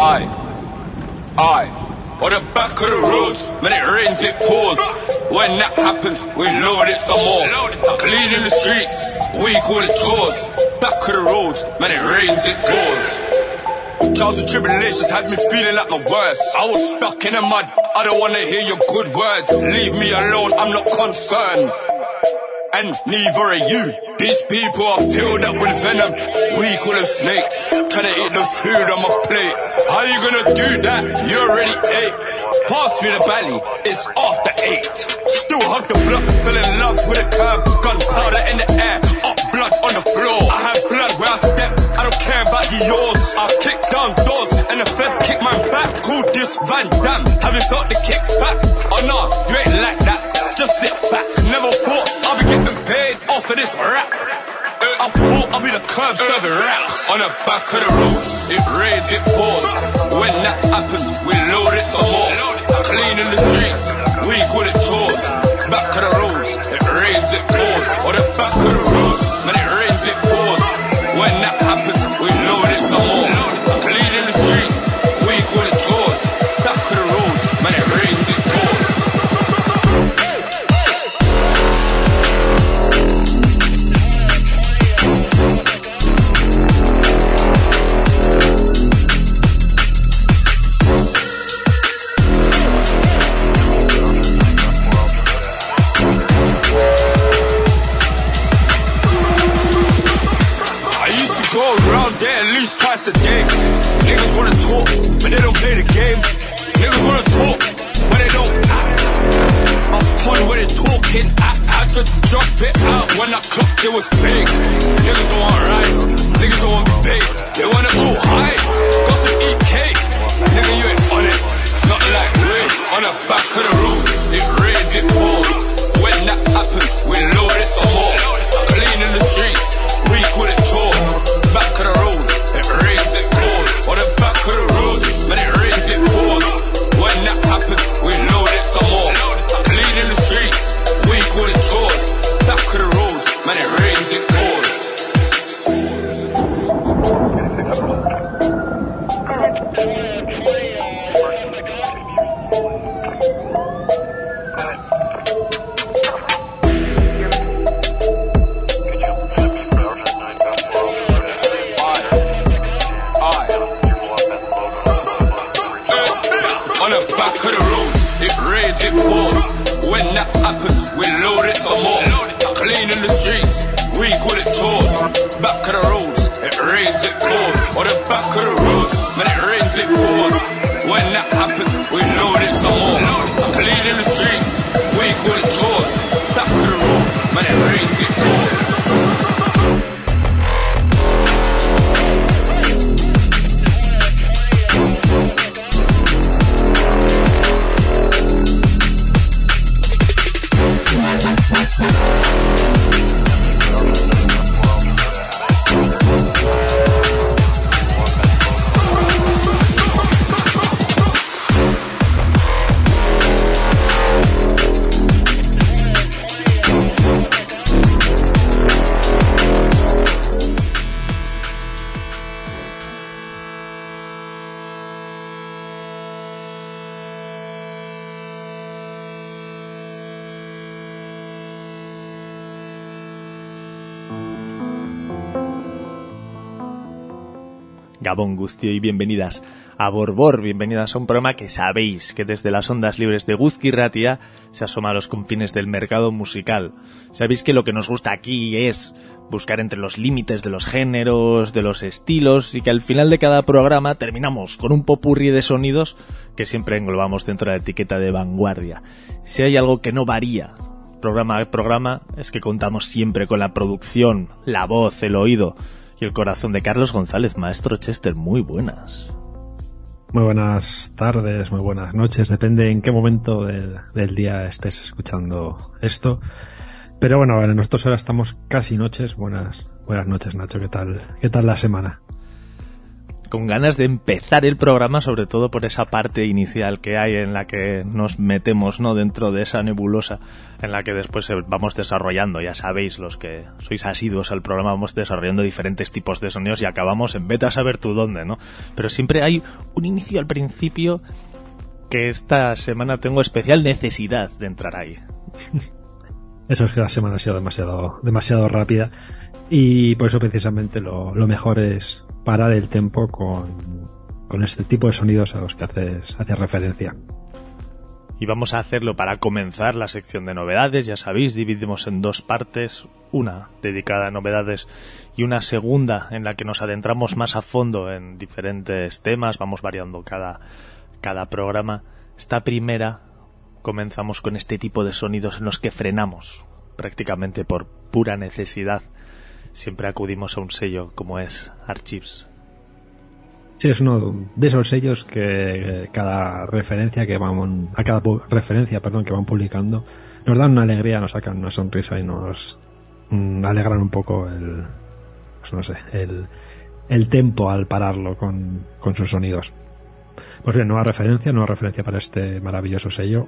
Aye. On the back of the roads, when it rains it pours. When that happens, we load it some more. Cleaning the streets, we call it chores. Back of the roads, when it rains it pours. Trials and tribulations had me feeling like my worst. I was stuck in the mud, I don't wanna hear your good words. Leave me alone, I'm not concerned. And neither are you. These people are filled up with venom. We call them snakes, trying to eat the food on my plate. How you gonna do that? You already ate. Pass me the belly, it's after 8. Still hug the block, fell in love with a curb. Gunpowder in the air, up blood on the floor. I have blood where I step, I don't care about yours. I kick down doors and the feds kick my back. Call this Van Damme, have you felt the kick back? Oh no, you ain't like that, just sit back. Never thought I'll be getting paid off of this rap. I thought I'll be the curb serving raps. On the back of the roads, it rains, it pours. When that happens, we load it some more. Cleaning the streets, we call it chores. Back of the roads, it rains, it pours. On the back of the roads, when it rains, it pours. When that happens, we load it some more. Cleaning the streets, we call it chores. Back of the roads, when it rains, it pours. Twice a day. Niggas wanna talk, but they don't play the game. Niggas wanna talk, but they don't act. I'm fun when they talking, I had to drop it out. When I clocked it was fake. Niggas don't want right, niggas don't want be paid. They wanna go high, gossip, eat cake. Nigga, you ain't on it, not like rain. On the back of the roads, it rains, it pours. When that happens, we load it some more. Cleaning the streets, we call it chores. Back of the roads, it rains, it pours. On the back of the roads, when it rains, it pours. When that happens, we load it some more. Cleaning the streets, we call it chores. Back of the roads, when it rains, it pours. It pours. When that happens, we load it some more. Cleaning the streets, we call it chores. Back of the roads, it rains, it pours. On the back of the roads, when it rains, it pours. When that happens, we load it some more. Cleaning the streets, we call it chores. Back of the roads, when it rains, it pours. Gabón Gustio y bienvenidas a Borbor, bienvenidas a un programa que sabéis que desde las ondas libres de Guzki Ratia se asoma a los confines del mercado musical. Sabéis que lo que nos gusta aquí es buscar entre los límites de los géneros, de los estilos, y que al final de cada programa terminamos con un popurrí de sonidos que siempre englobamos dentro de la etiqueta de vanguardia. Si hay algo que no varía programa a programa es que contamos siempre con la producción, la voz, el oído y el corazón de Carlos González. Maestro Chester, muy buenas. Muy buenas tardes, muy buenas noches, depende en qué momento del día estés escuchando esto. Pero bueno, nosotros ahora estamos casi noches. Buenas noches, Nacho, ¿qué tal la semana? con ganas de empezar el programa, sobre todo por esa parte inicial que hay en la que nos metemos, ¿no?, dentro de esa nebulosa en la que después vamos desarrollando, ya sabéis, los que sois asiduos al programa, vamos desarrollando diferentes tipos de sonidos y acabamos en vete a saber tú dónde, ¿no? Pero siempre hay un inicio al principio que esta semana tengo especial necesidad de entrar ahí. Eso es que la semana ha sido demasiado rápida y por eso precisamente lo mejor es parar el tempo con este tipo de sonidos a los que haces referencia. Y vamos a hacerlo para comenzar la sección de novedades. Ya sabéis, dividimos en dos partes, una dedicada a novedades y una segunda en la que nos adentramos más a fondo en diferentes temas, vamos variando cada programa. Esta primera comenzamos con este tipo de sonidos en los que frenamos prácticamente por pura necesidad. Siempre acudimos a un sello como es Archives. Sí, es uno de esos sellos que cada referencia que van publicando nos dan una alegría, nos sacan una sonrisa y nos alegran un poco el tempo al pararlo con sus sonidos. Pues bien, nueva referencia para este maravilloso sello.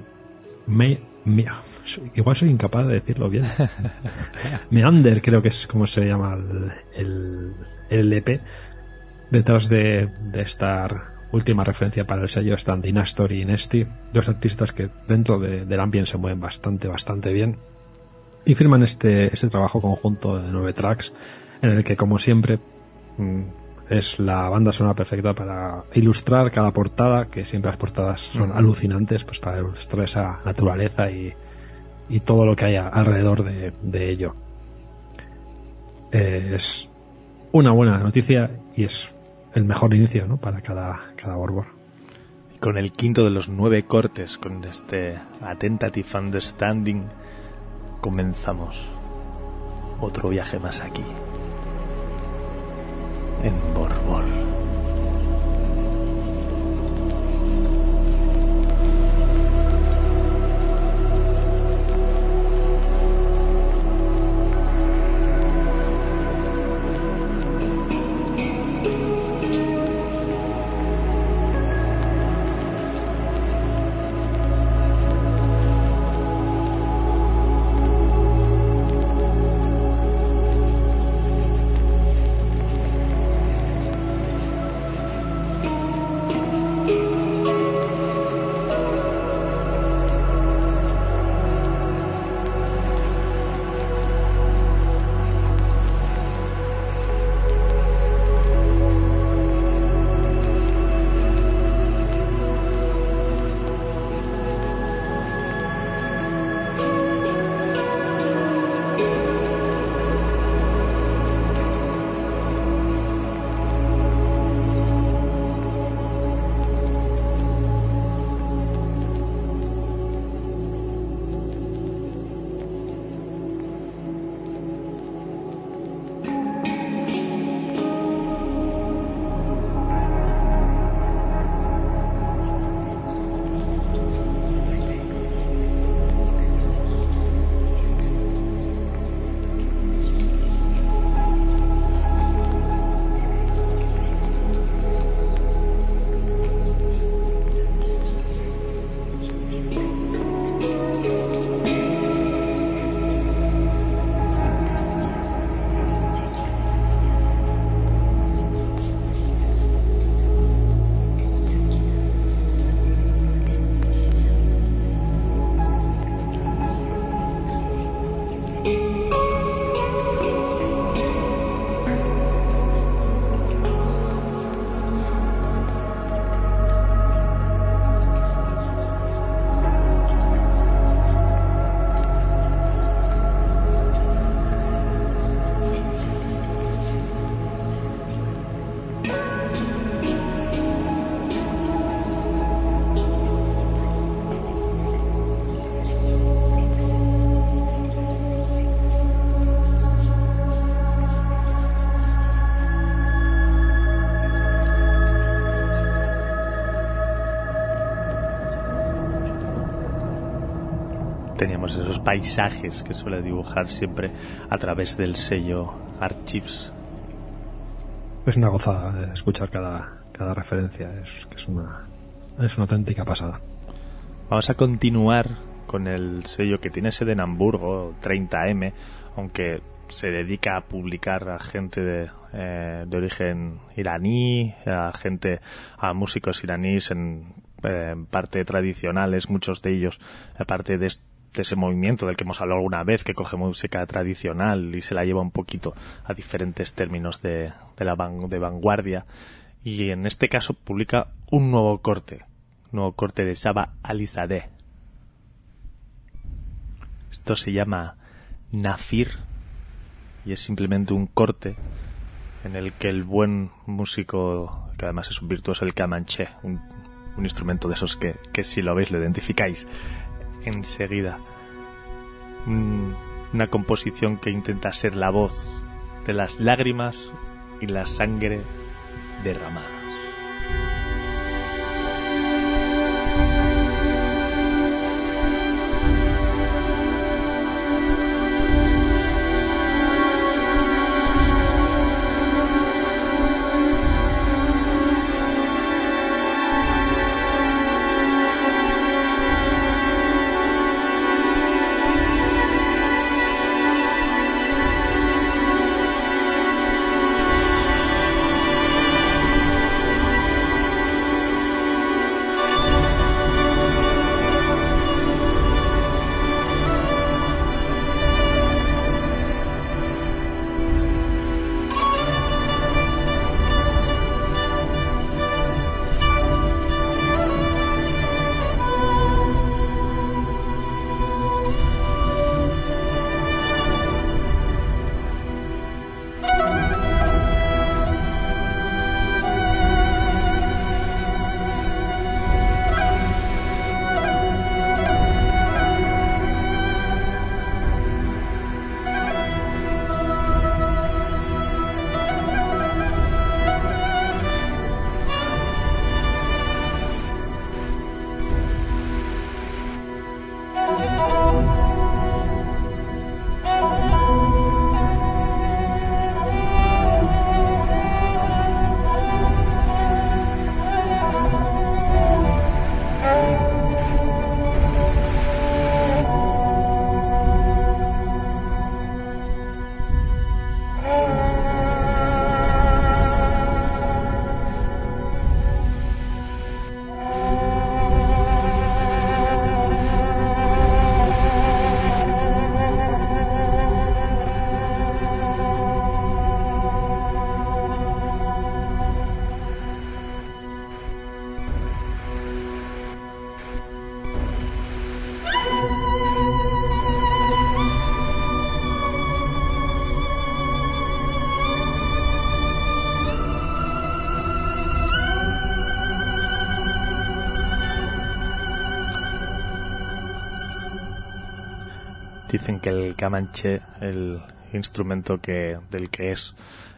Igual soy incapaz de decirlo bien. Meander, creo que es como se llama el EP. Detrás de esta última referencia para el sello están Dynastor y Nesty, dos artistas que dentro del ambiente se mueven bastante bien y firman este trabajo conjunto de 9 tracks en el que, como siempre, es la banda sonora perfecta para ilustrar cada portada, que siempre las portadas son alucinantes, pues para ilustrar esa naturaleza y todo lo que hay alrededor de ello. Es una buena noticia y es el mejor inicio, ¿no?, para cada Borbor. Con el quinto de los 9 cortes, con este A Tentative Understanding, comenzamos otro viaje más aquí en Borbor. Teníamos esos paisajes que suele dibujar siempre a través del sello Archives. Es una gozada escuchar cada referencia, es una auténtica pasada. Vamos a continuar con el sello que tiene sede en Hamburgo, 30M, aunque se dedica a publicar a gente de origen iraní, a músicos iraníes en parte tradicionales, muchos de ellos, aparte de ese movimiento del que hemos hablado alguna vez, que coge música tradicional y se la lleva un poquito a diferentes términos de vanguardia, y en este caso publica un nuevo corte de Saba Alizadeh. Esto se llama Nafir y es simplemente un corte en el que el buen músico, que además es un virtuoso, el kamanché, un instrumento de esos que si lo veis lo identificáis enseguida, una composición que intenta ser la voz de las lágrimas y la sangre derramada. Dicen que el kamanché, el instrumento del que es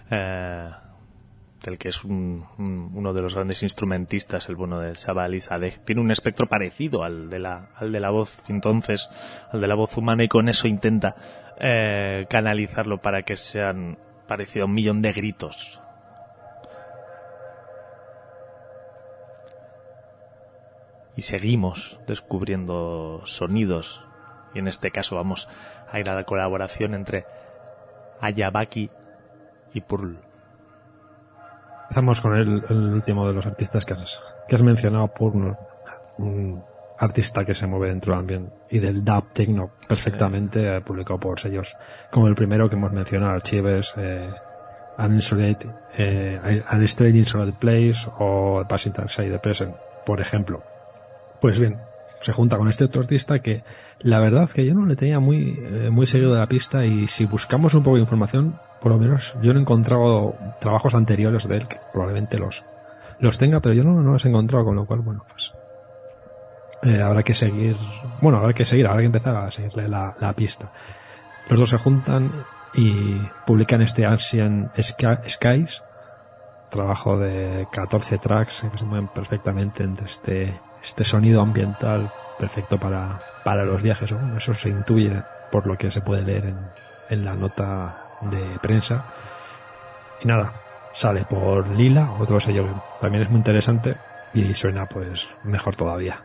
uno de los grandes instrumentistas, el bueno de Saba Alizadeh, tiene un espectro parecido al de la voz, entonces, al de la voz humana, y con eso intenta canalizarlo para que sean parecido a 1.000.000 de gritos. Y seguimos descubriendo sonidos. Y en este caso vamos a ir a la colaboración entre Ayabaki y Purl. Empezamos con el último de los artistas que has mencionado, Purl, un artista que se mueve dentro del ambiente y del dub techno perfectamente, sí. Publicado por sellos como el primero que hemos mencionado, Archives, An Straight Insolent Place o Passing Inside the Present, por ejemplo. Pues bien, se junta con este otro artista que la verdad que yo no le tenía muy seguido de la pista, y si buscamos un poco de información, por lo menos yo no he encontrado trabajos anteriores de él, que probablemente los tenga, pero yo no los he encontrado, con lo cual, bueno, pues habrá que empezar a seguirle la pista. Los dos se juntan y publican este Ancient Skies, trabajo de 14 tracks que se mueven perfectamente entre este sonido ambiental perfecto para los viajes. Bueno, eso se intuye por lo que se puede leer en la nota de prensa. Y nada, sale por Lila, otro sello que también es muy interesante y suena pues mejor todavía.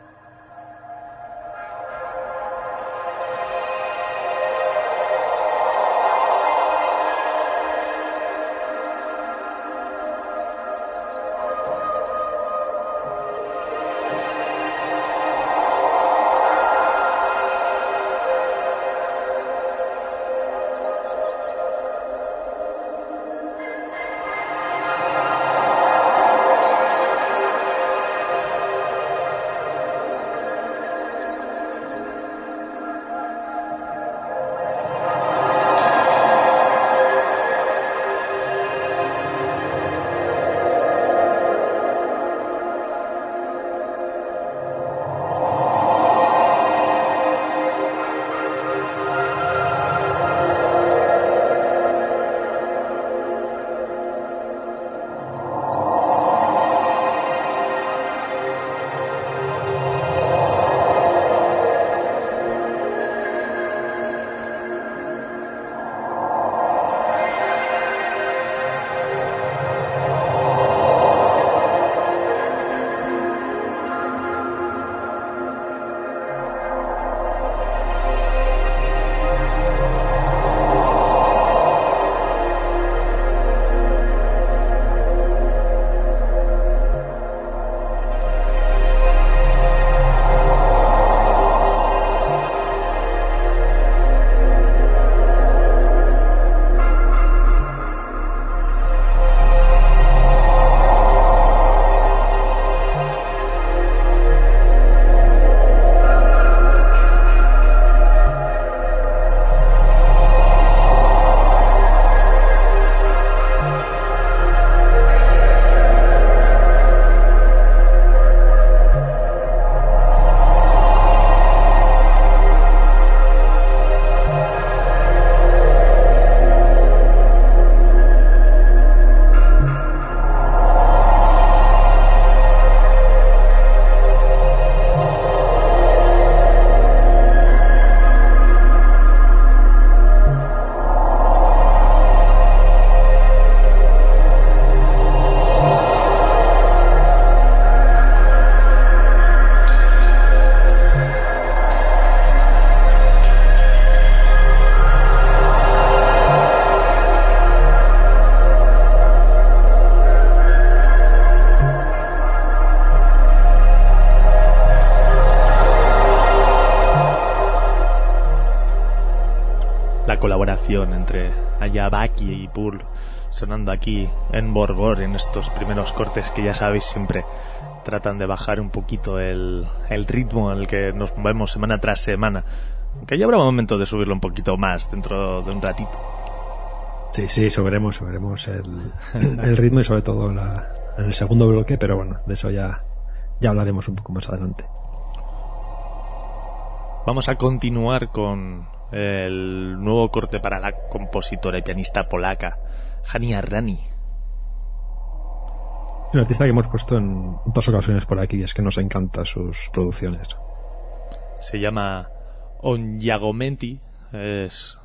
colaboración entre Ayabaki y Pur sonando aquí en Borgor en estos primeros cortes que ya sabéis siempre tratan de bajar un poquito el ritmo en el que nos movemos semana tras semana, aunque ya habrá momento de subirlo un poquito más dentro de un ratito. Sí, subiremos el ritmo y sobre todo en el segundo bloque, pero bueno, de eso ya hablaremos un poco más adelante. Vamos a continuar con el nuevo corte para la compositora y pianista polaca Hania Rani. Un artista que hemos puesto en 2 ocasiones por aquí, y es que nos encantan sus producciones. Se llama On Jagomenti, es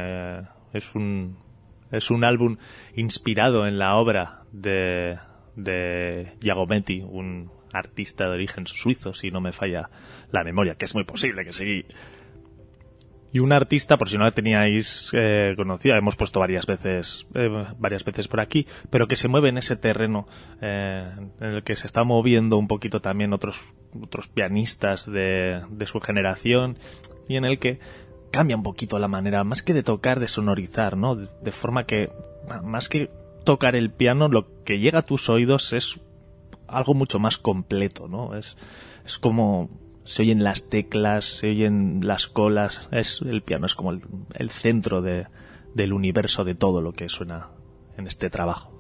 un álbum inspirado en la obra de Jagomenti, un artista de origen suizo, si no me falla la memoria, que es muy posible que sí. Y un artista, por si no la teníais conocida, hemos puesto varias veces por aquí, pero que se mueve en ese terreno en el que se está moviendo un poquito también otros pianistas de su generación, y en el que cambia un poquito la manera, más que de tocar, de sonorizar, ¿no? De forma que, más que tocar el piano, lo que llega a tus oídos es algo mucho más completo, ¿no? Es como se oyen las teclas, se oyen las colas, el piano es como el centro del universo de todo lo que suena en este trabajo.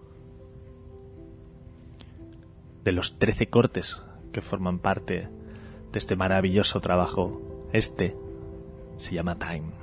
De los 13 cortes que forman parte de este maravilloso trabajo, este se llama Time.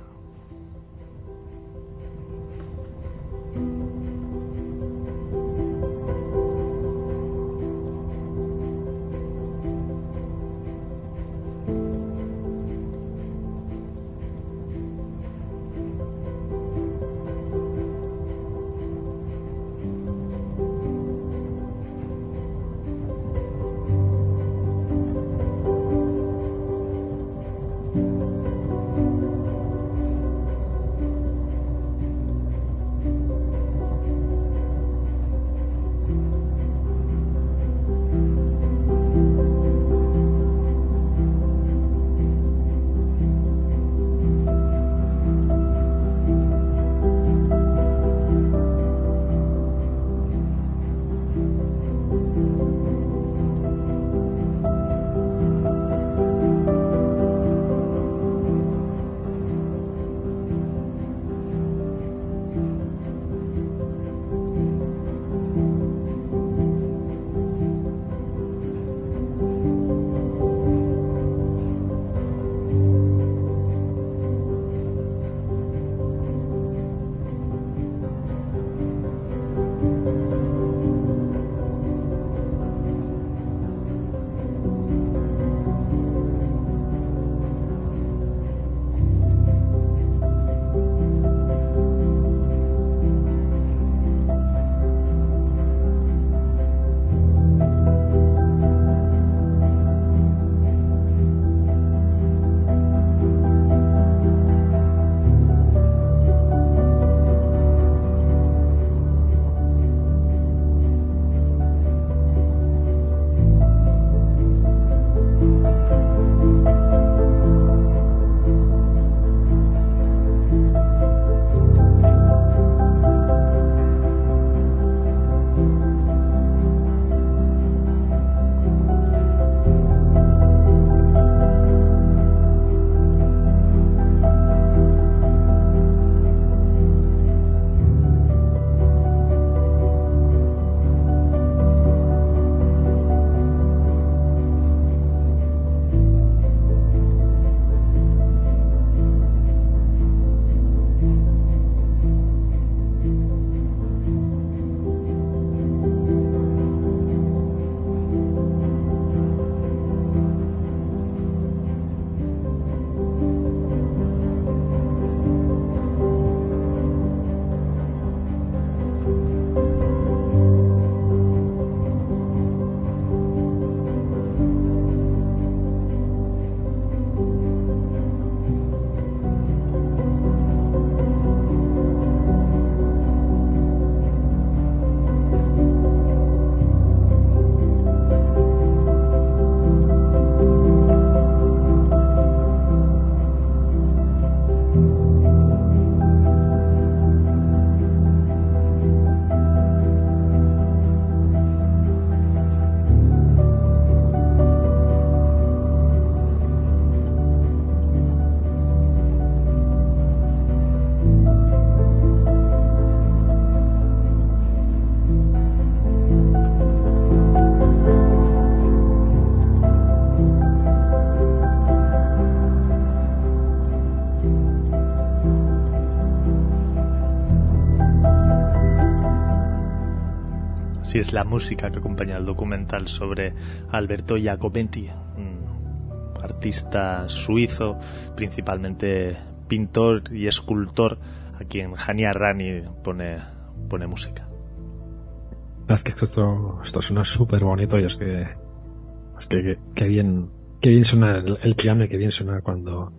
Así es la música que acompaña el documental sobre Alberto Giacometti, un artista suizo, principalmente pintor y escultor, a quien Hania Rani pone música. La verdad es que esto suena súper bonito, y es que qué bien suena el piano, y qué bien suena cuando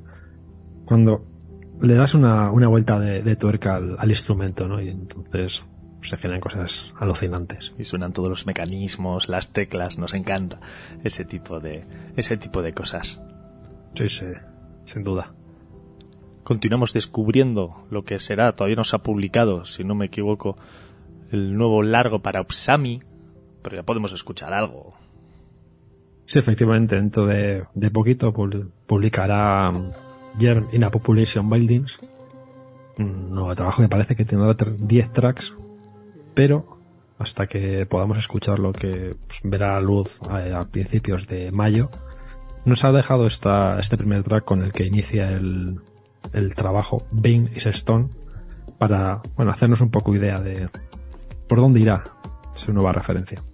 le das una vuelta de tuerca al instrumento, ¿no? Y entonces se generan cosas alucinantes. Y suenan todos los mecanismos, las teclas, nos encanta ese tipo de cosas. Sí, sin duda. Continuamos descubriendo lo que será, todavía no se ha publicado, si no me equivoco, el nuevo largo para Opsami, pero ya podemos escuchar algo. Sí, efectivamente, dentro de poquito publicará Germ in a Population Buildings, un nuevo trabajo que parece que tendrá 10 tracks, pero hasta que podamos escucharlo, que verá la luz a principios de mayo, nos ha dejado este primer track con el que inicia el trabajo Being is Stone, para hacernos un poco idea de por dónde irá su nueva referencia.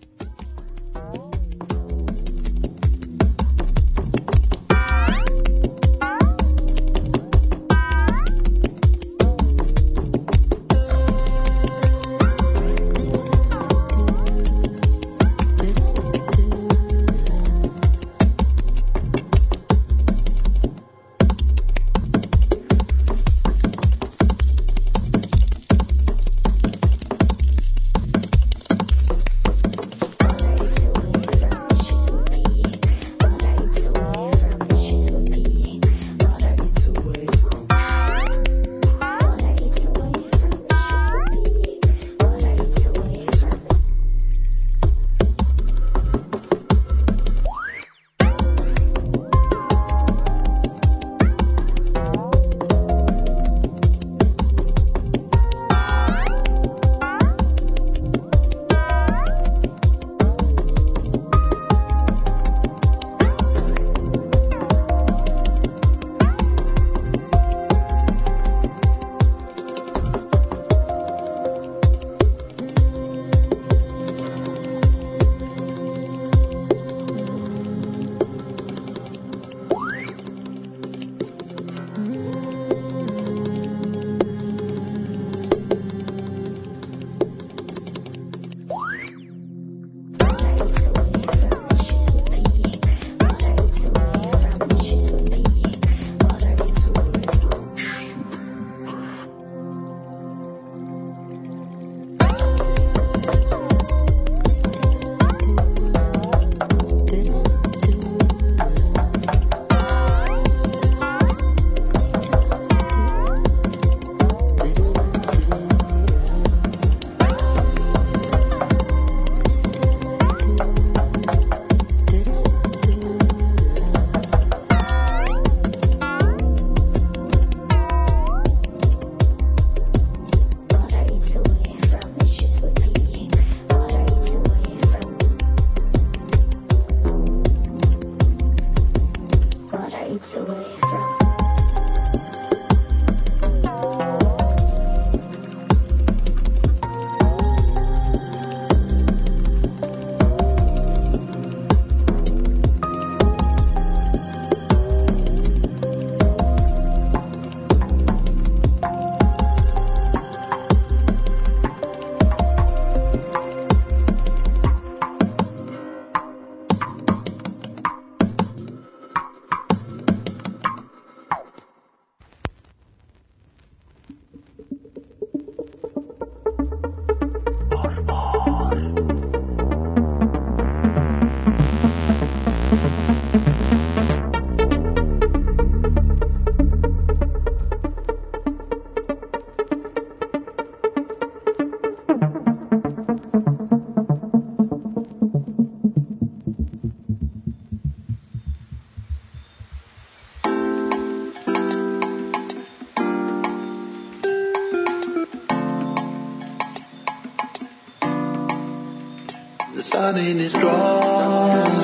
sun in his drawers.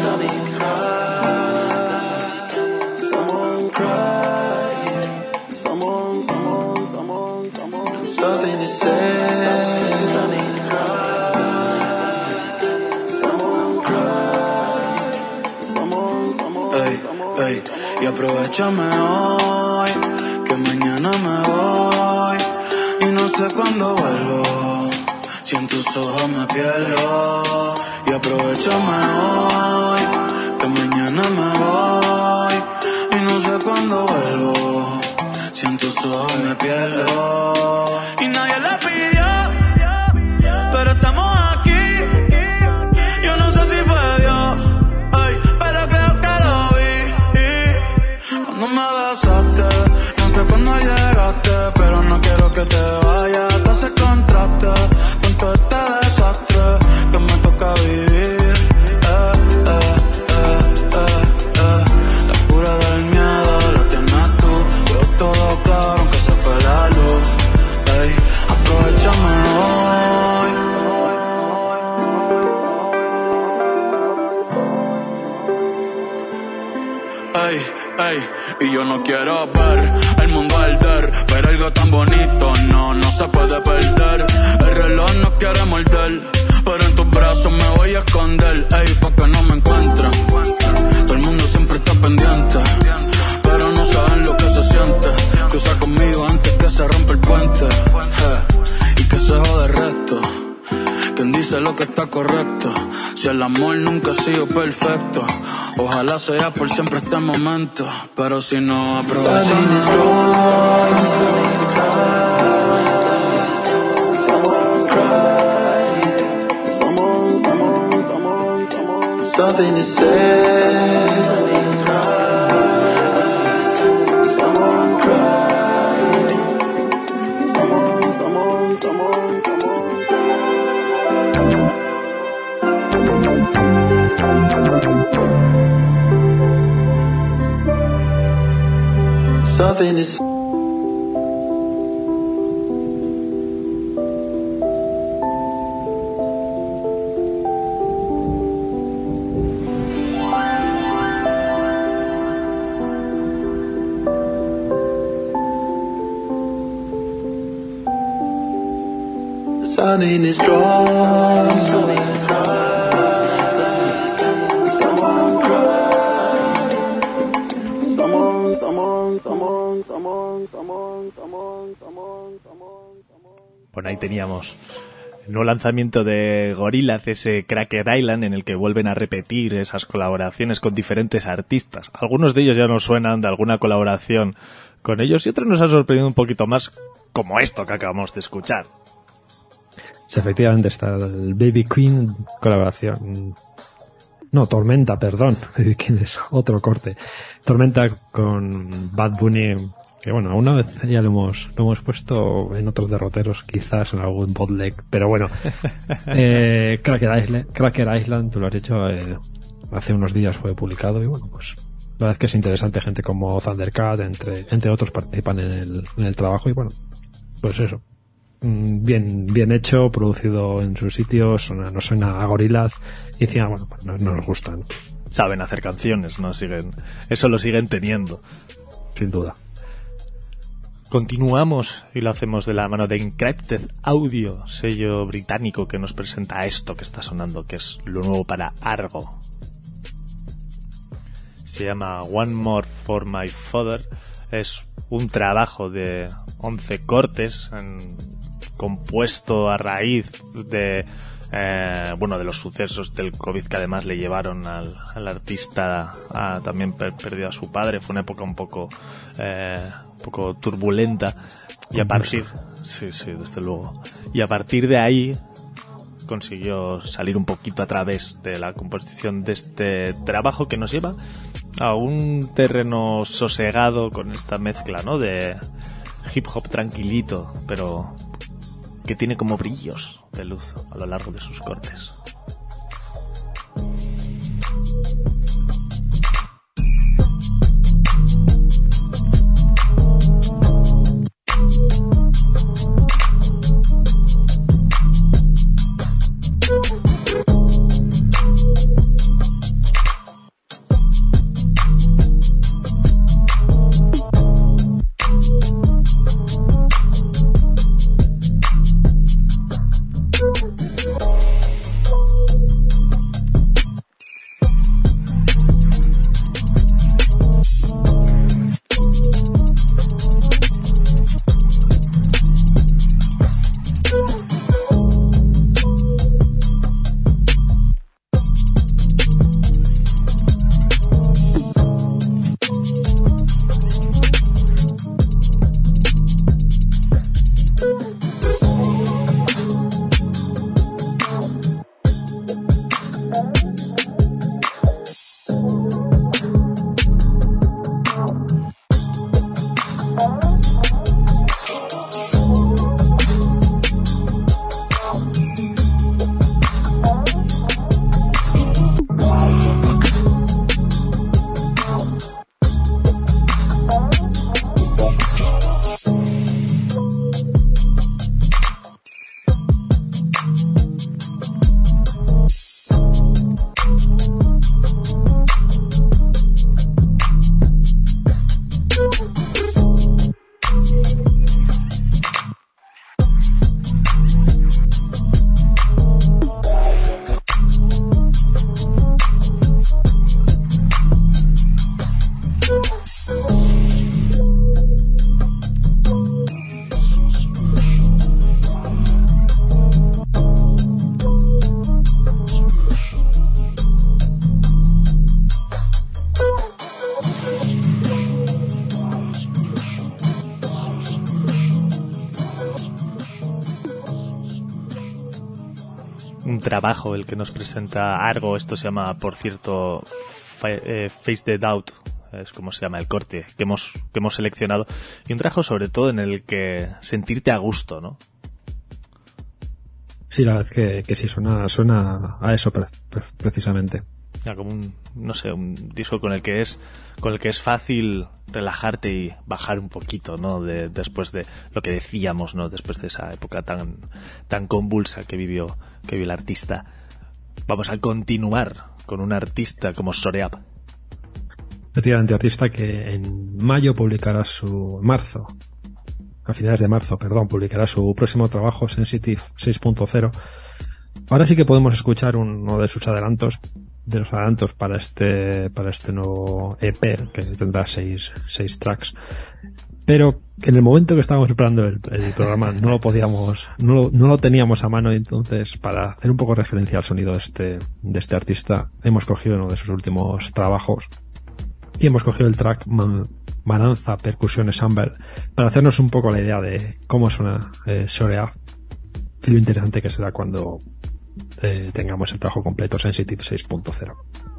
Someone crying. Someone. Something is said. Y aprovechame hoy, que mañana me voy. Y no sé cuándo vuelvo, si en tus ojos me pierdo. Y aprovechame hoy, que mañana me voy. Y no sé cuándo vuelvo, si en tus ojos me pierdo. Y nadie le pidió, pero estamos aquí. Yo no sé si fue Dios, ay, pero creo que lo vi. Cuando me besaste, no sé cuándo llegaste, pero no quiero que te vayas. Te hace contraste con todo este desastre que me toca vivir. La cura del miedo la tienes tú. Veo todo claro aunque se fue la luz. Ey, aprovechame hoy. Ey, ey, y yo no quiero ver el mundo arder, pero algo tan bonito no se puede perder. El reloj no quiere morder, pero en tus brazos me voy a esconder. Ey, pa' que no me encuentren. Todo el mundo siempre está pendiente, pero no saben lo que se siente. Cruza conmigo antes que se rompa el puente, y que se jode el resto. Quien dice lo que está correcto, si el amor nunca ha sido perfecto. Ojalá sea por siempre este momento, pero si no aprovechamos. Something to say. Someone cry. Something is. Something is strong. Bueno, ahí teníamos el nuevo lanzamiento de Gorillaz, ese Cracker Island, en el que vuelven a repetir esas colaboraciones con diferentes artistas. Algunos de ellos ya nos suenan de alguna colaboración con ellos y otros nos han sorprendido un poquito más, como esto que acabamos de escuchar. Sí, efectivamente está el Baby Queen colaboración. No, Tormenta, perdón. Baby Queen es otro corte. Tormenta con Bad Bunny, que bueno, una vez ya lo hemos puesto en otros derroteros, quizás en algún bootleg, pero bueno. Cracker Island, tú lo has hecho, hace unos días fue publicado y bueno, pues la verdad es que es interesante. Gente como Thundercat, entre otros, participan en el trabajo y bueno, pues eso. Bien hecho, producido en sus sitios, no suena a Gorillaz y encima, bueno, pues nos gustan. Saben hacer canciones, ¿no? Eso lo siguen teniendo. Sin duda. Continuamos y lo hacemos de la mano de Encrypted Audio, sello británico que nos presenta esto que está sonando, que es lo nuevo para Argo. Se llama One More for My Father. Es un trabajo de 11 cortes compuesto a raíz de de los sucesos del COVID, que además le llevaron al artista a también perdió a su padre. Fue una época un poco turbulenta y a partir sí, desde luego, y a partir de ahí consiguió salir un poquito a través de la composición de este trabajo que nos lleva a un terreno sosegado con esta mezcla, ¿no?, de hip hop tranquilito, pero que tiene como brillos de luz a lo largo de sus cortes. trabajo el que nos presenta Argo. Esto se llama, por cierto, Face the Doubt, es como se llama el corte que hemos seleccionado, y un trabajo sobre todo en el que sentirte a gusto, ¿no? Sí, la verdad que sí, suena a eso precisamente. Ya, como un disco con el que es fácil relajarte y bajar un poquito, ¿no? Después de lo que decíamos, ¿no? Después de esa época tan convulsa que vivió el artista. Vamos a continuar con un artista como Soreab. Efectivamente, artista que en mayo publicará a finales de marzo, publicará su próximo trabajo, Sensitive 6.0. Ahora sí que podemos escuchar uno de sus adelantos, para este nuevo EP, que tendrá 6 tracks. Pero en el momento que estábamos preparando el programa no lo teníamos a mano, y entonces, para hacer un poco referencia al sonido de este artista, hemos cogido uno de sus últimos trabajos y hemos cogido el track Maranza Percussion Ensemble para hacernos un poco la idea de cómo suena Soreab y lo interesante que será cuando tengamos el trabajo completo, Sensitive 6.0.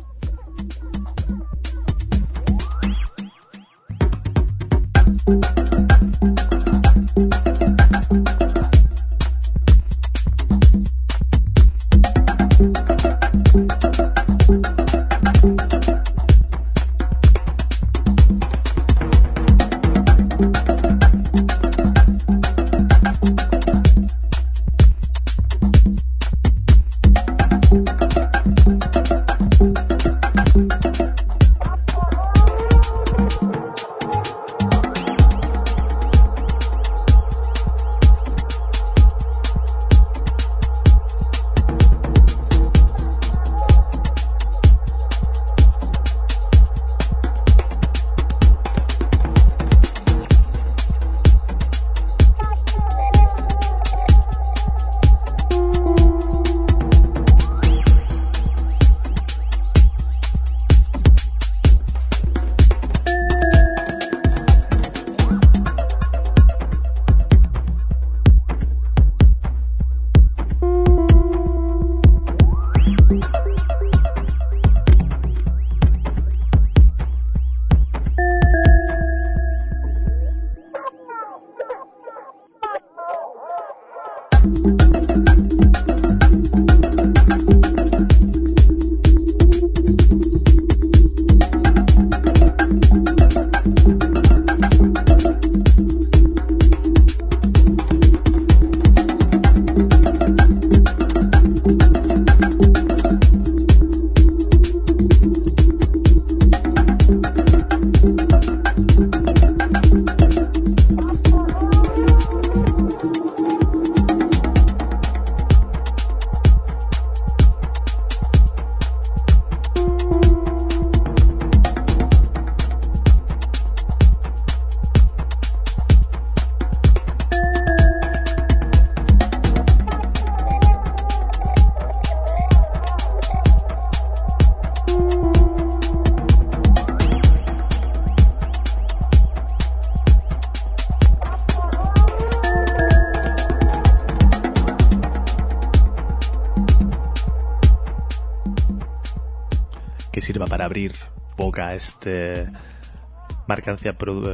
Que sirva para abrir boca a este Mercancía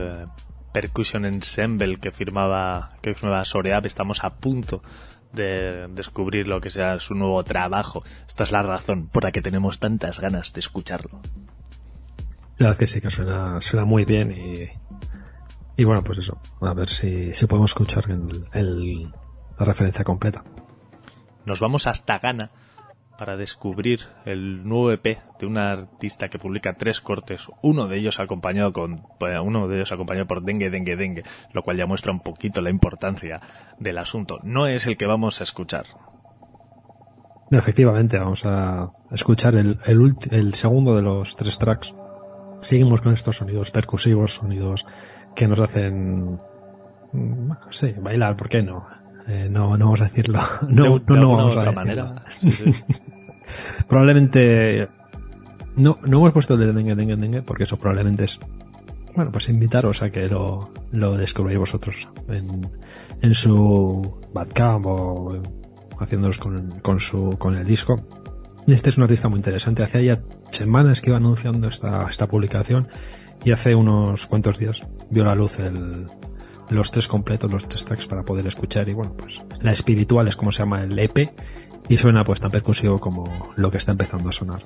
Percussion Ensemble que firmaba Soreab. Estamos a punto de descubrir lo que sea su nuevo trabajo. Esta es la razón por la que tenemos tantas ganas de escucharlo. La verdad que sí, que suena muy bien y bueno, pues eso, a ver si podemos escuchar la referencia completa. Nos vamos hasta Ghana para descubrir el nuevo EP de un artista que publica 3 cortes, uno de ellos acompañado por Dengue Dengue Dengue, lo cual ya muestra un poquito la importancia del asunto. No es el que vamos a escuchar. Efectivamente, vamos a escuchar el segundo de los 3 tracks. Seguimos con estos sonidos percusivos, sonidos que nos hacen bailar, ¿por qué no? No vamos a decirlo. No vamos a otra decirlo. manera. Sí. Probablemente no hemos puesto el de Dengue Dengue Dengue porque eso probablemente es, bueno, pues invitaros a que lo descubráis vosotros en su Bandcamp o haciéndolos con el disco. Y este es un artista muy interesante. Hace ya semanas que iba anunciando esta publicación y hace unos cuantos días vio la luz los 3 completos, los 3 tracks para poder escuchar. Y bueno, pues la espiritual es como se llama el EP y suena pues tan percusivo como lo que está empezando a sonar.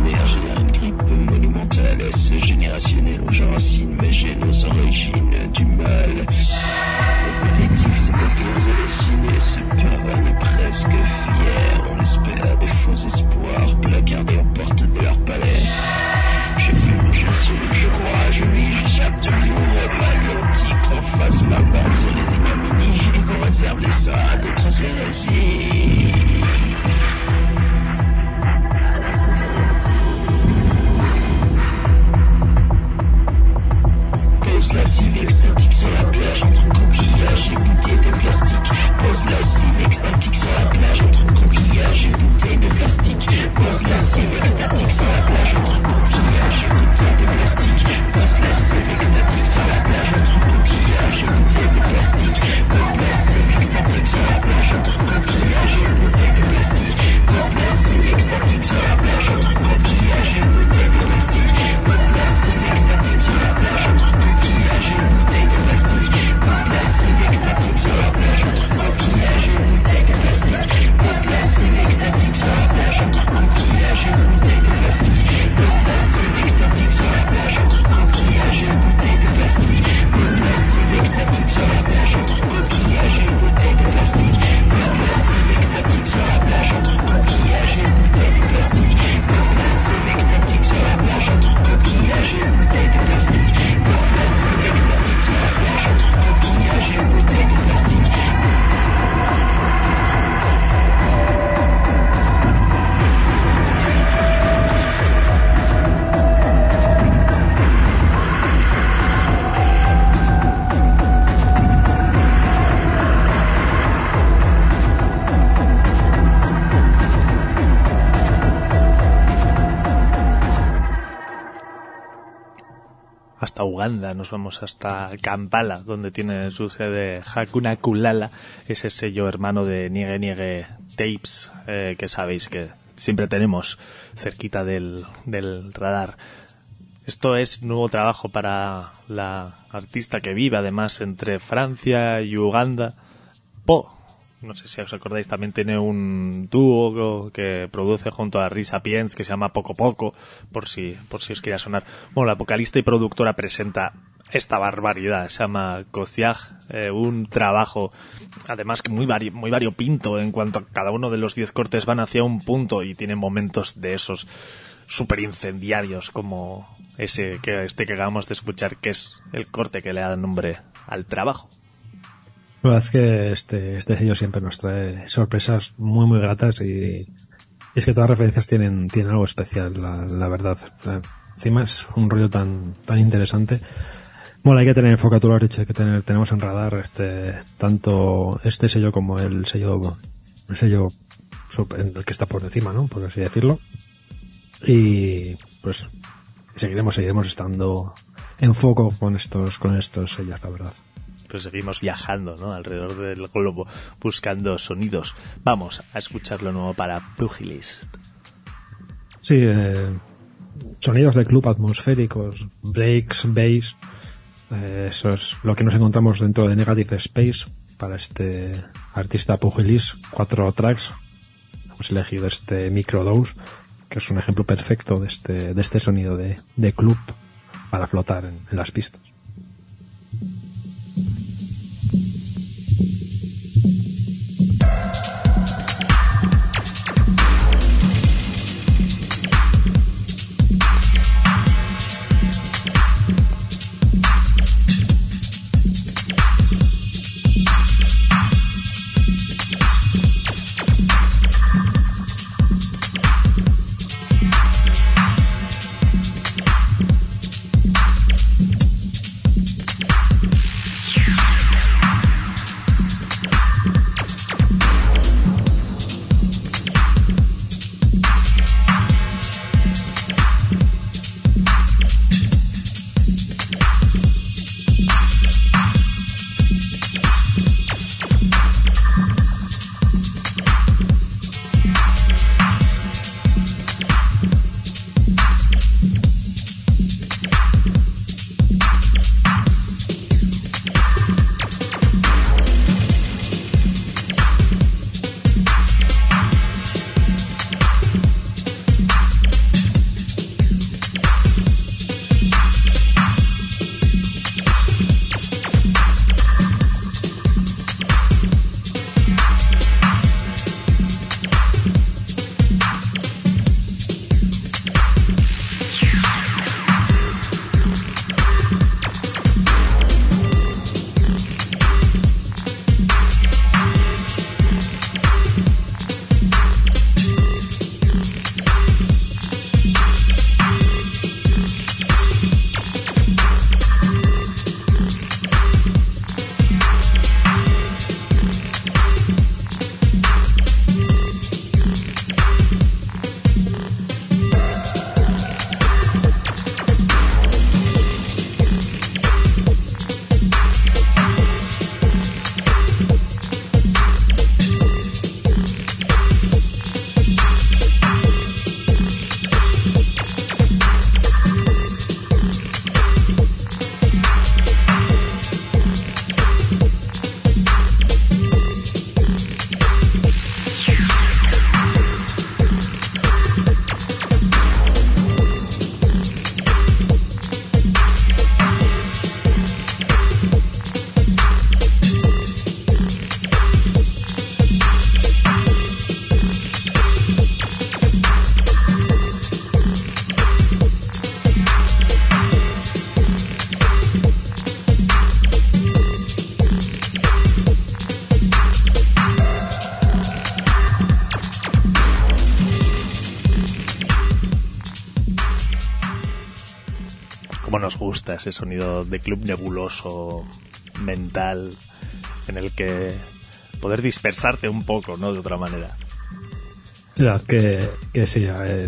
Générationnel aux racines, mais j'ai nos origines du hasta Uganda, nos vamos hasta Kampala, donde tiene su sede Hakuna Kulala, ese sello hermano de Niege Niege Tapes, que sabéis que siempre tenemos cerquita del radar. Esto es nuevo trabajo para la artista que vive además entre Francia y Uganda. No sé si os acordáis, también tiene un dúo que produce junto a Risa Piens que se llama Poco Poco, por si os quería sonar. Bueno, la vocalista y productora presenta esta barbaridad, se llama Kosiag, un trabajo además que muy variopinto en cuanto a cada uno de los 10 cortes van hacia un punto y tiene momentos de esos súper incendiarios como este que acabamos de escuchar, que es el corte que le da nombre al trabajo. La verdad es que este sello siempre nos trae sorpresas muy muy gratas y es que todas las referencias tienen algo especial, la verdad. Encima es un rollo tan interesante. Bueno, hay que tener enfoque, tú lo has dicho, tenemos en radar tanto este sello como el sello en el que está por encima, ¿no? Por así decirlo. Y pues seguiremos estando en foco con estos sellos, la verdad. Pues seguimos viajando, ¿no?, alrededor del globo buscando sonidos. Vamos a escuchar lo nuevo para Pugilist. Sí, sonidos de club atmosféricos, breaks, bass. Eso es lo que nos encontramos dentro de Negative Space para este artista Pugilist. 4 tracks. Hemos elegido este Microdose, que es un ejemplo perfecto de este sonido de club para flotar en las pistas. Cómo nos gusta ese sonido de club nebuloso, mental, en el que poder dispersarte un poco, ¿no?, de otra manera. Claro, que sí,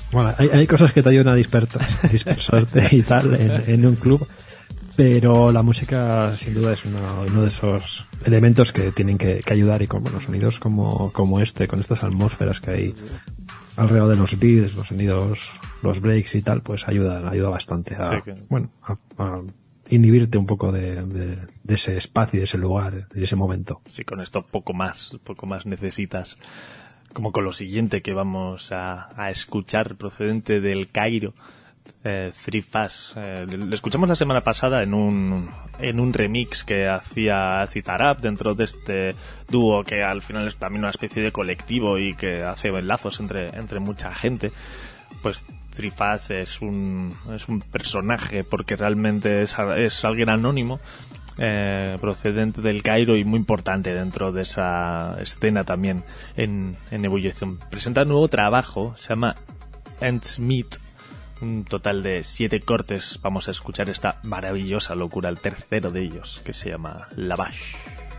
Bueno, hay cosas que te ayudan a dispersarte y tal en un club, pero la música sin duda es uno de esos elementos que tienen que ayudar, y con sonidos como este, con estas atmósferas que hay alrededor de los beats, los sonidos, los breaks y tal, pues ayuda bastante a inhibirte un poco de ese espacio, de ese lugar, de ese momento. Sí, con esto poco más necesitas. Como con lo siguiente que vamos a escuchar, procedente del Cairo, Three Fast. Lo escuchamos la semana pasada en un remix que hacía Citarab dentro de este dúo que al final es también una especie de colectivo y que hace lazos entre mucha gente. Pues Three Fast es un personaje, porque realmente es alguien anónimo, procedente del Cairo y muy importante dentro de esa escena también en ebullición. Presenta un nuevo trabajo, se llama Ants Meet, un total de 7 cortes. Vamos a escuchar esta maravillosa locura, el tercero de ellos, que se llama Lavash.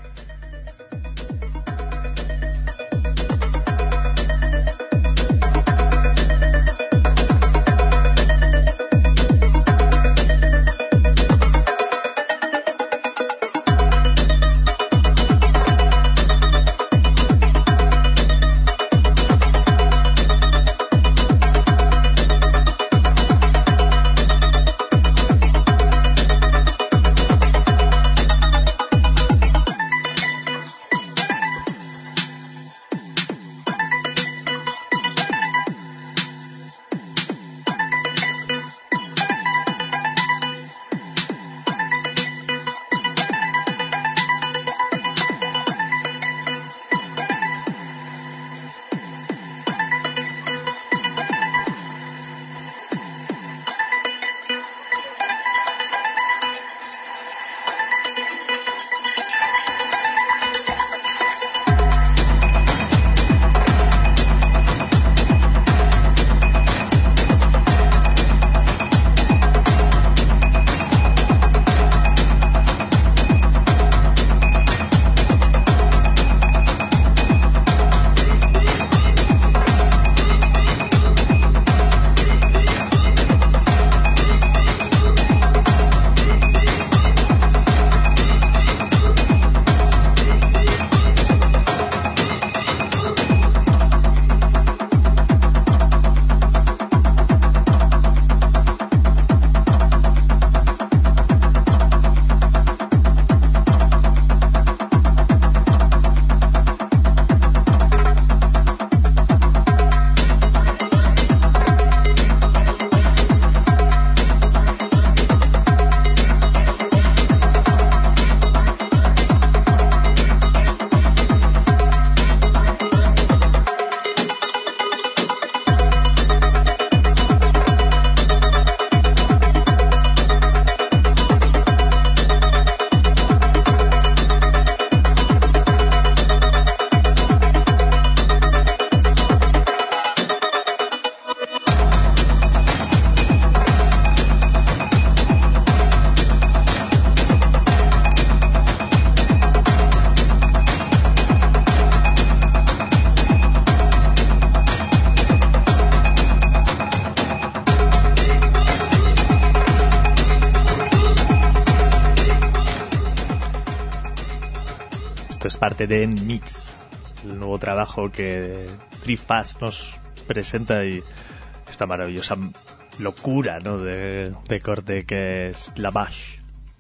Es parte de Meets, el nuevo trabajo que Three Fast nos presenta, y esta maravillosa locura, ¿no?, de corte que es Lavash.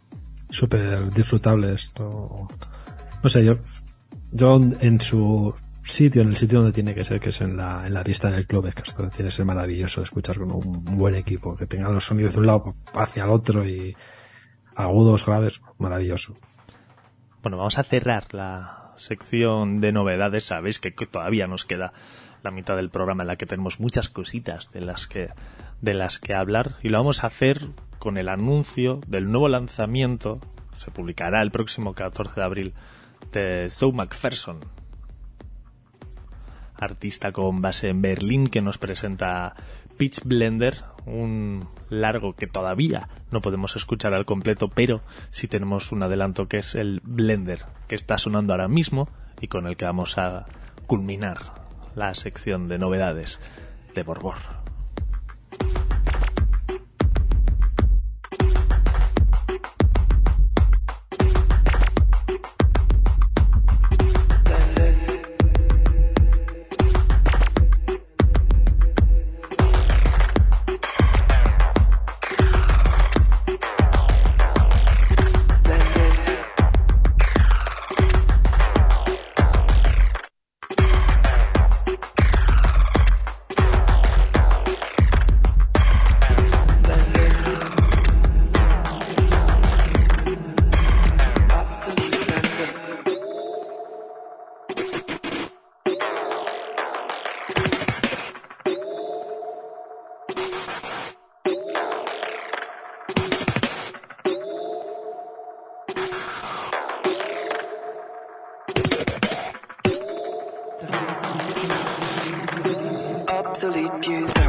Súper disfrutable esto. No sé, yo en su sitio, en el sitio donde tiene que ser, que es en la pista del club, es que esto tiene que ser maravilloso escuchar con un buen equipo, que tenga los sonidos de un lado hacia el otro y agudos, graves, maravilloso. Bueno, vamos a cerrar la sección de novedades. Sabéis que todavía nos queda la mitad del programa en la que tenemos muchas cositas de las que hablar, y lo vamos a hacer con el anuncio del nuevo lanzamiento. Se publicará el próximo 14 de abril de Zoe McPherson, artista con base en Berlín, que nos presenta Pitch Blender, un largo que todavía no podemos escuchar al completo, pero sí tenemos un adelanto, que es el Blender, que está sonando ahora mismo y con el que vamos a culminar la sección de novedades de Borbor. Obsolete user.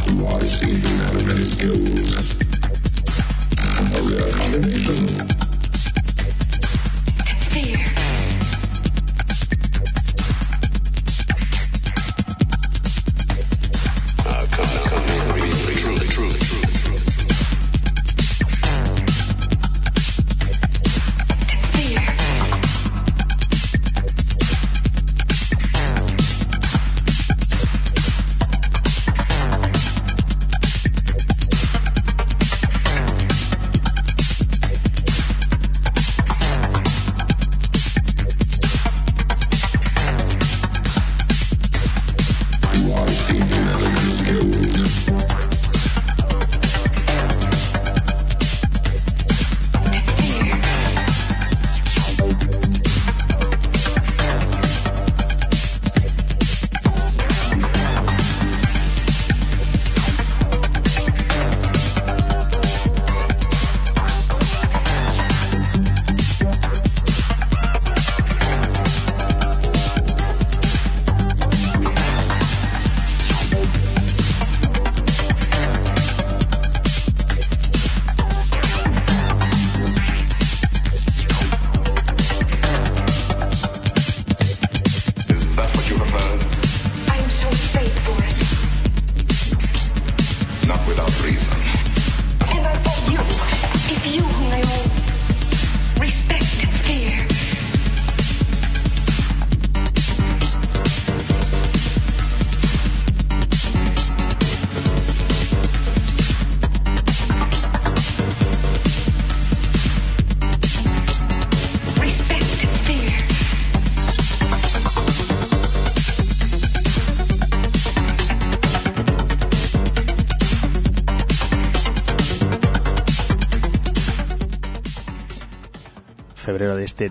Febrero de este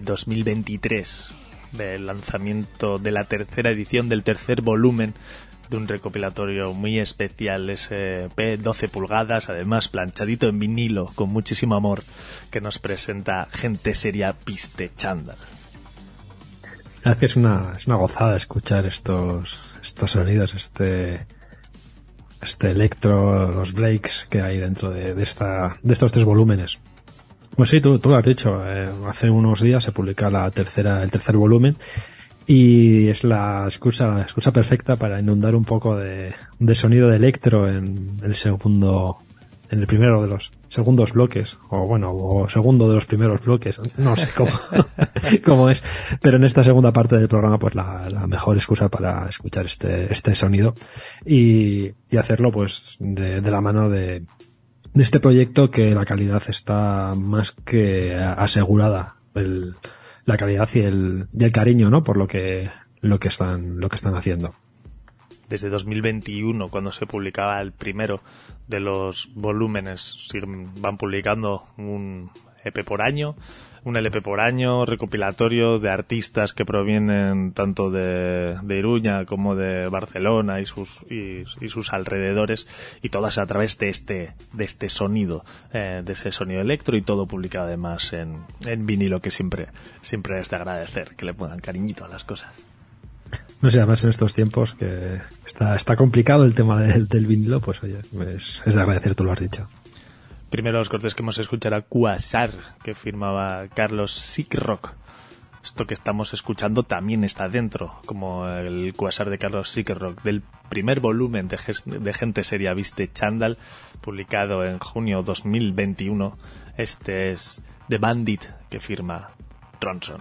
2023, del lanzamiento de la tercera edición del tercer volumen de un recopilatorio muy especial, ese EP 12 pulgadas, además planchadito en vinilo con muchísimo amor, que nos presenta Gente Seria Viste Chándal. La verdad que es una gozada escuchar estos sonidos, este electro, los breaks que hay dentro de estos tres volúmenes. Pues sí, tú lo has dicho, hace unos días se publica el tercer volumen y es la excusa perfecta para inundar un poco de sonido de electro en el primero de los segundos bloques, o segundo de los primeros bloques, no sé cómo es, pero en esta segunda parte del programa pues la mejor excusa para escuchar este sonido y hacerlo pues de la mano de este proyecto, que la calidad está más que asegurada, la calidad y el cariño, ¿no? Por lo que están haciendo. Desde 2021, cuando se publicaba el primero de los volúmenes, van publicando un EP por año, un LP por año, recopilatorio de artistas que provienen tanto de Iruña como de Barcelona y sus alrededores, y todas a través de este sonido, de ese sonido electro, y todo publicado además en vinilo, que siempre es de agradecer que le pongan cariñito a las cosas. No sé, además en estos tiempos que está complicado el tema del vinilo, pues oye, es de agradecer, tú lo has dicho. Primero los cortes que hemos escuchado era Quasar, que firmaba Carlos Sickrock. Esto que estamos escuchando también está dentro, como el Quasar de Carlos Sickrock, del primer volumen de Gente Seria Viste Chándal, publicado en junio 2021. Este es The Bandit, que firma Tronson.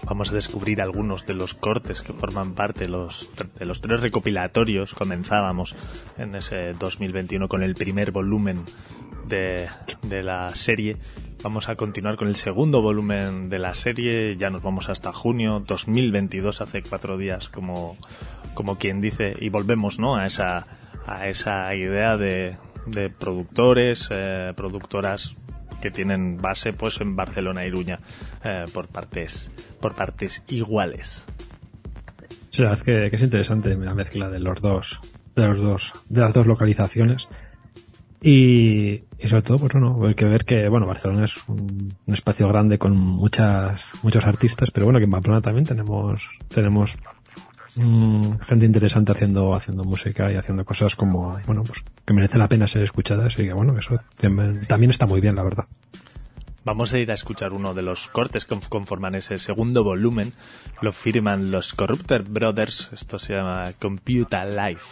vamos a descubrir algunos de los cortes que forman parte de los 3 recopilatorios. Comenzábamos en ese 2021 con el primer volumen de la serie. Vamos a continuar con el segundo volumen de la serie, ya nos vamos hasta junio 2022, hace 4 días, como quien dice, y volvemos, ¿no?, a esa idea de productores, productoras que tienen base pues en Barcelona e Iruña, por partes iguales. Sí, la verdad es que es interesante la mezcla de las dos localizaciones. Y sobre todo, pues bueno, hay que ver que, bueno, Barcelona es un espacio grande con muchos artistas, pero bueno, que en Pamplona también tenemos gente interesante haciendo música y haciendo cosas como, bueno, pues que merece la pena ser escuchadas, y que bueno, eso también está muy bien, la verdad. Vamos a ir a escuchar uno de los cortes que conforman ese segundo volumen. Lo firman los Corrupted Brothers. Esto se llama Computer Life.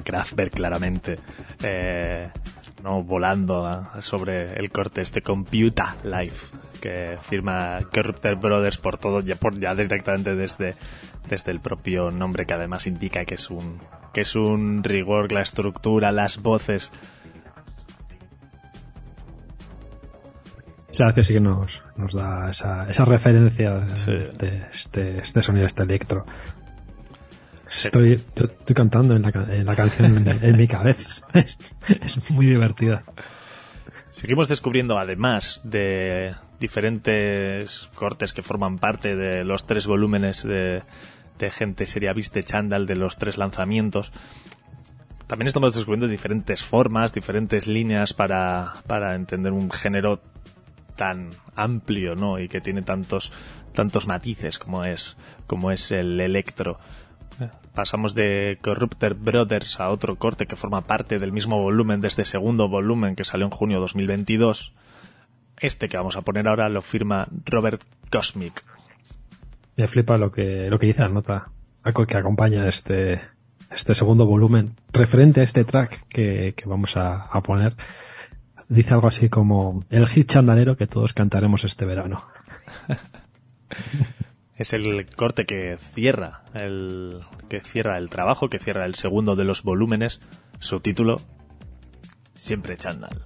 Kraftwerk claramente, no volando sobre el corte este Computer Life que firma Corrupted Brothers por todo, ya directamente desde el propio nombre, que además indica que es un rigor, la estructura, las voces. O sea, que sí que nos da esa referencia, Sí. este sonido, este electro. Yo estoy cantando en la canción en mi cabeza. Es muy divertida. Seguimos descubriendo, además de diferentes cortes que forman parte de los 3 volúmenes de Gente Seria Viste Chándal, de los 3 lanzamientos, también estamos descubriendo diferentes formas, diferentes líneas para entender un género tan amplio, ¿no? Y que tiene tantos matices como es el electro. Pasamos de Corrupted Brothers a otro corte que forma parte del mismo volumen, de este segundo volumen que salió en junio de 2022. Este que vamos a poner ahora lo firma Robert Cosmic. Me flipa lo que dice la nota que acompaña este segundo volumen. Referente a este track que vamos a poner, dice algo así como: el hit chandalero que todos cantaremos este verano. Es el corte que cierra el trabajo, que cierra el segundo de los volúmenes. Su título: Siempre Chándal.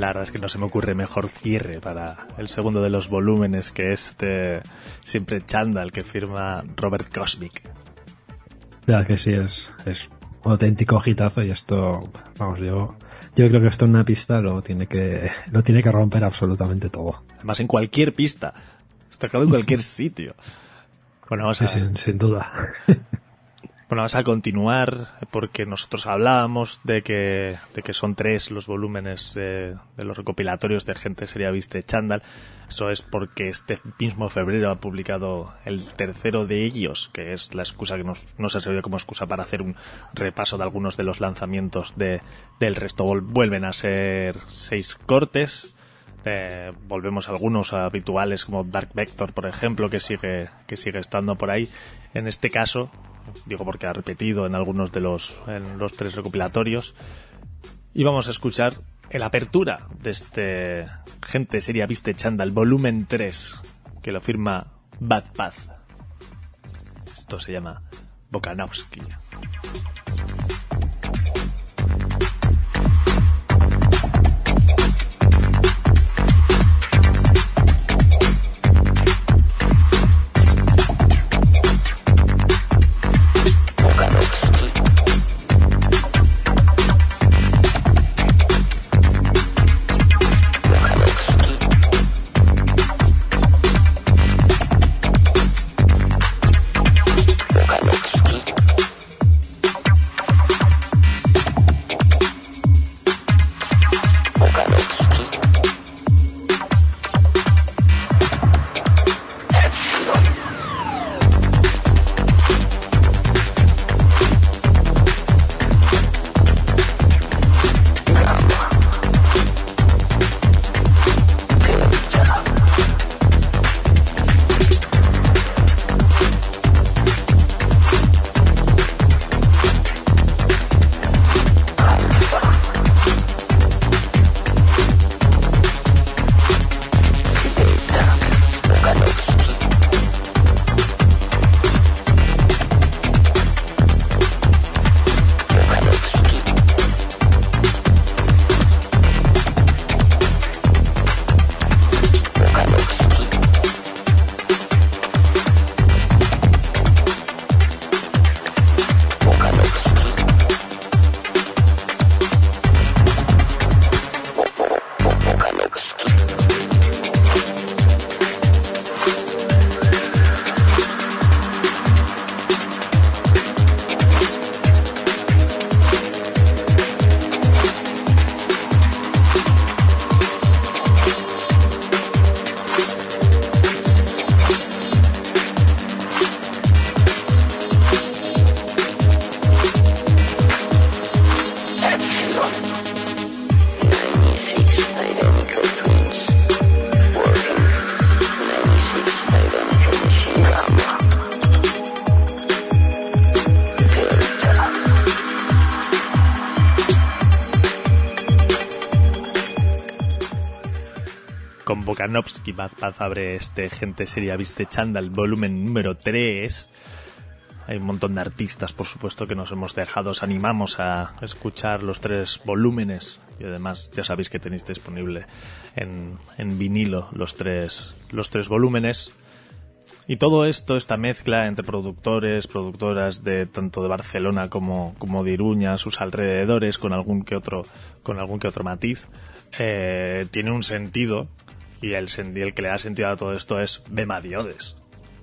La verdad es que no se me ocurre mejor cierre para el segundo de los volúmenes que este Siempre Chandal que firma Robert Cosmic. La verdad que sí, es un auténtico hitazo y esto, vamos, yo creo que esto en una pista lo tiene que romper absolutamente todo. Además en cualquier pista, está acabado en cualquier sitio. Bueno, vamos Sí, sin duda. Bueno, vamos a continuar porque nosotros hablábamos de que son 3 los volúmenes de los recopilatorios de Gente Seria Viste Chandal. Eso es porque este mismo febrero ha publicado el tercero de ellos, que es la excusa que nos ha servido como excusa para hacer un repaso de algunos de los lanzamientos del resto. Vuelven a ser 6 cortes. Volvemos a algunos habituales como Dark Vector, por ejemplo, que sigue estando por ahí. En este caso, digo porque ha repetido en algunos de los 3 recopilatorios. Y vamos a escuchar el apertura de este Gente Seria Viste Chandal volumen 3, que lo firma Bad Path. Esto se llama Bokanovsky. Con Bokanovsky, Bad Path abre este Gente Seria Viste Chandal volumen número 3. Hay un montón de artistas, por supuesto, que nos hemos dejado. Os animamos a escuchar los 3 volúmenes. Y además ya sabéis que tenéis disponible en vinilo los tres volúmenes. Y todo esto, esta mezcla entre productoras de tanto de Barcelona como de Iruña, sus alrededores, con algún que otro matiz, tiene un sentido, y el que le da sentido a todo esto es Bema Diodes.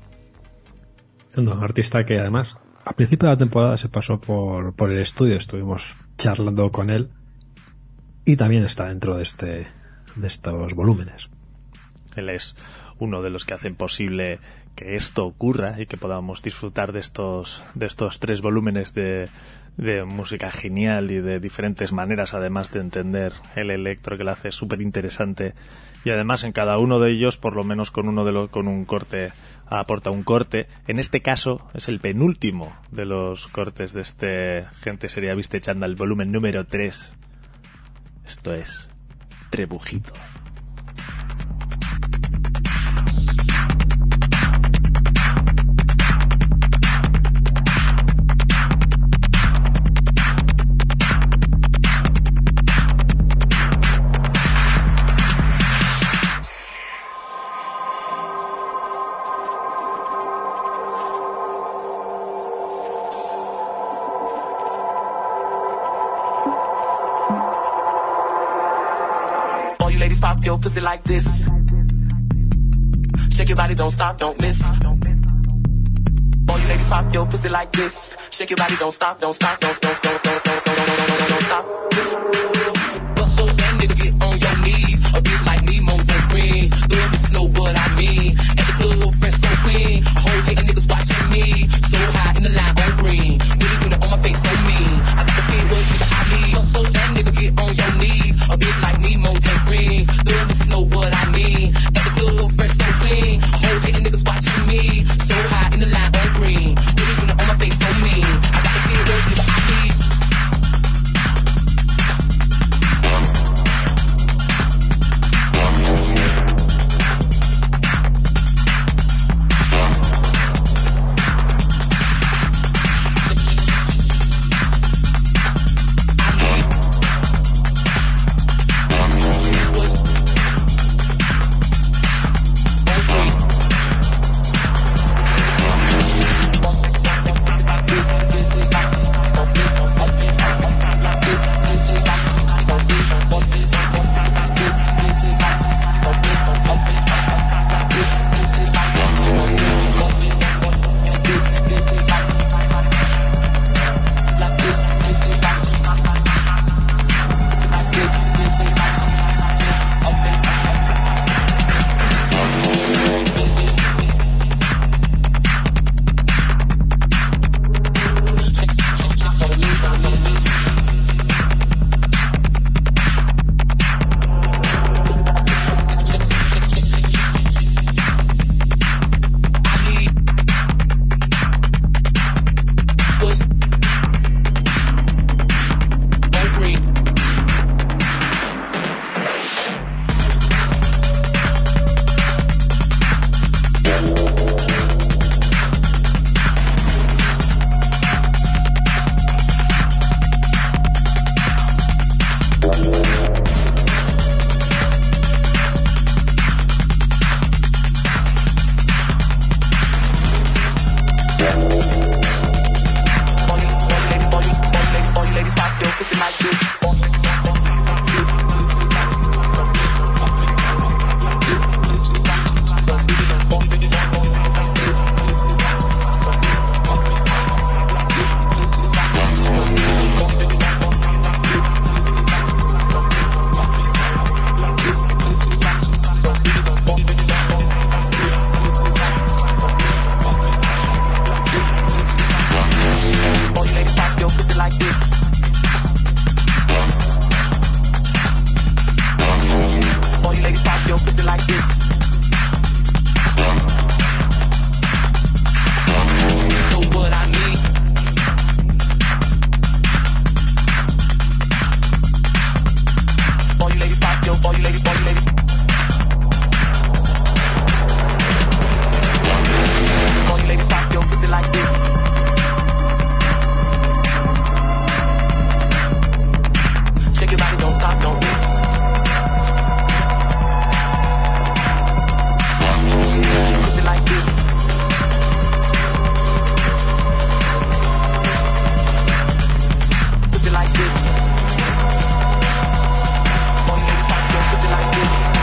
Siendo un artista que además a principio de la temporada se pasó por el estudio, estuvimos charlando con él y también está dentro de estos volúmenes. Él es uno de los que hacen posible que esto ocurra y que podamos disfrutar de estos 3 volúmenes de música genial y de diferentes maneras, además de entender el electro, que lo hace súper interesante. Y además en cada uno de ellos, por lo menos con un corte, aporta un corte. En este caso es el penúltimo de los cortes de este Gente Seria Viste Chandal volumen número 3. Esto es Trebujito. ladies pop your pussy like this. Shake your body, don't stop, don't miss. All you ladies pop your pussy like this. Shake your body, don't stop, don't stop, don't stop. But that nigga get on your knees. A bitch like me moans and screams. The bitches know what I mean. At the club, fresh so clean. A whole hating niggas watching me. So high in the line on green. Really doing it on my face so mean. I got the big words with the I need. But that nigga get on your knees. A bitch like me moans and screams. The bitches know what I mean. At the club, fresh so clean. A whole hating niggas watching me. So high in the line on green. Really doing it on my face so mean. I got the big words with the I need. Like this.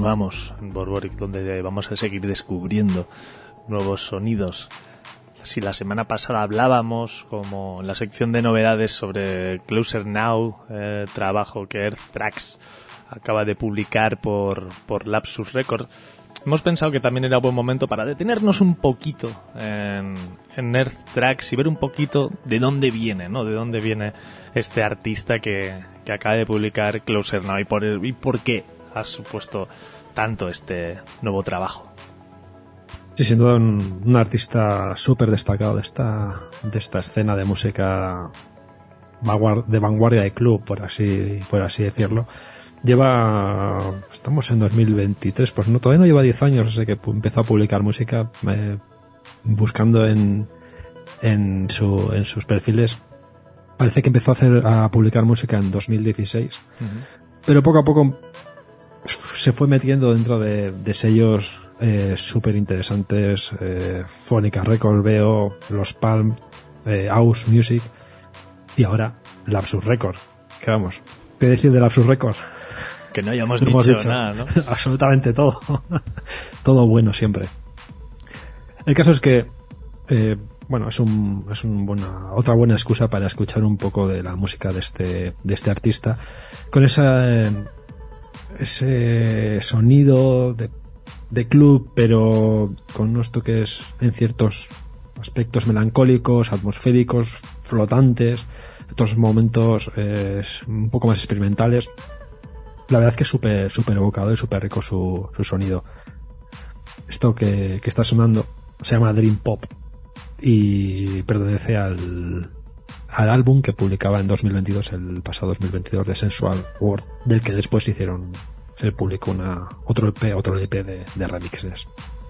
continuamos en Borboric, donde vamos a seguir descubriendo nuevos sonidos. Si la semana pasada hablábamos, como en la sección de novedades, sobre Closer Now, trabajo que Earth Tracks acaba de publicar por Lapsus Records, hemos pensado que también era buen momento para detenernos un poquito en Earth Tracks y ver un poquito de dónde viene, ¿no? De dónde viene este artista que acaba de publicar Closer Now y por qué ha supuesto tanto este nuevo trabajo. Sí, sin duda un artista súper destacado de esta escena de música de vanguardia de club, por así decirlo. Estamos en 2023, pues no, todavía no lleva 10 años desde que empezó a publicar música, buscando en sus perfiles. Parece que empezó a publicar música en 2016, pero poco a poco se fue metiendo dentro de sellos súper interesantes, Phonica Records, veo, Los Palm, House Music y ahora Lapsus Records. ¿Qué vamos? ¿Qué decir de Lapsus Records? Que no hayamos dicho nada, ¿no? Absolutamente todo. Todo bueno siempre. El caso es que es otra buena excusa para escuchar un poco de la música de este artista, con ese sonido de club, pero con unos toques en ciertos aspectos melancólicos, atmosféricos, flotantes, otros momentos un poco más experimentales. La verdad es que es súper evocador y súper rico su sonido. Esto que está sonando se llama Dream Pop y pertenece al álbum que publicaba en 2022, el pasado 2022, de Sensual World, del que después se publicó otro EP de remixes.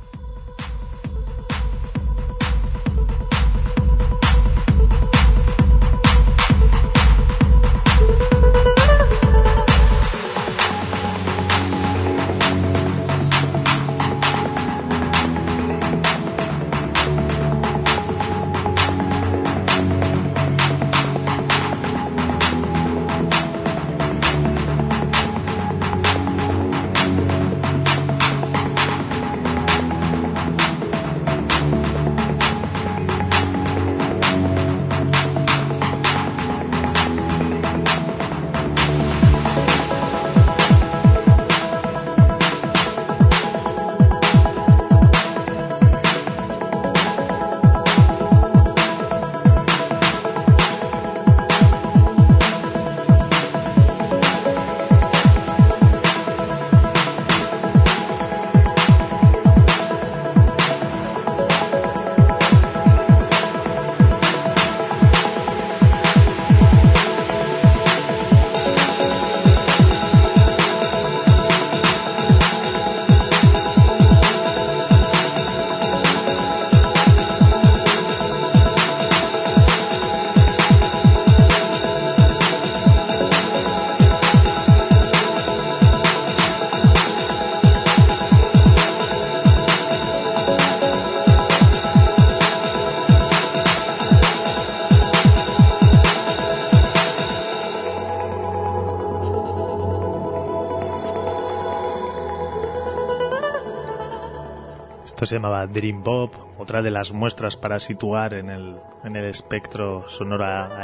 Esto se llamaba Dream Pop, otra de las muestras para situar en el espectro sonoro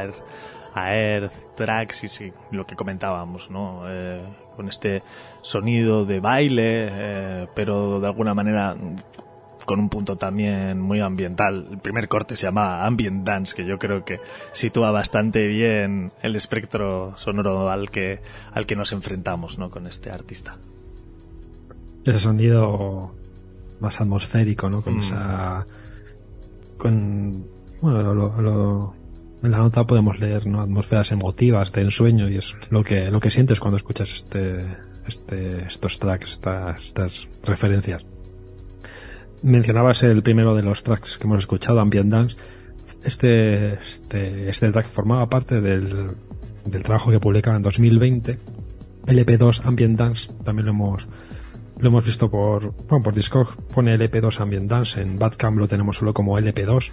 a Earth Tracks y sí, lo que comentábamos, ¿no? Con este sonido de baile, pero de alguna manera con un punto también muy ambiental. El primer corte se llama Ambient Dance, que yo creo que sitúa bastante bien el espectro sonoro al que nos enfrentamos, ¿no? Con este artista. Ese sonido más atmosférico, ¿no? Con en la nota podemos leer, ¿no? Atmósferas emotivas de ensueño, y es lo que sientes cuando escuchas estos tracks, estas referencias. Mencionabas el primero de los tracks que hemos escuchado, Ambient Dance. Este track formaba parte del trabajo que publicaba en 2020, LP2 Ambient Dance. También lo hemos visto por Discog, pone LP2 Ambient Dance. En Bandcamp lo tenemos solo como LP2.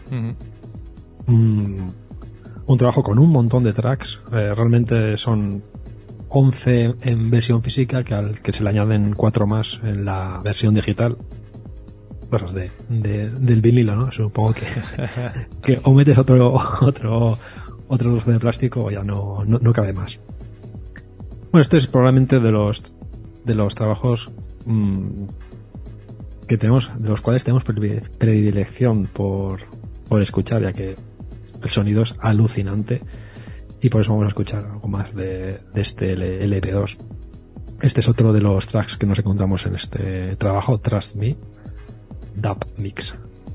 Uh-huh. Un trabajo con un montón de tracks. Realmente son 11 en versión física, que al que se le añaden 4 más en la versión digital. Cosas del vinilo, ¿no? Supongo que o metes otro trozo de plástico o ya no cabe más. Bueno, este es probablemente de los trabajos que tenemos, de los cuales tenemos predilección por escuchar, ya que el sonido es alucinante y por eso vamos a escuchar algo más de este LP2. Este es otro de los tracks que nos encontramos en este trabajo, Trust Me, Dub Mix.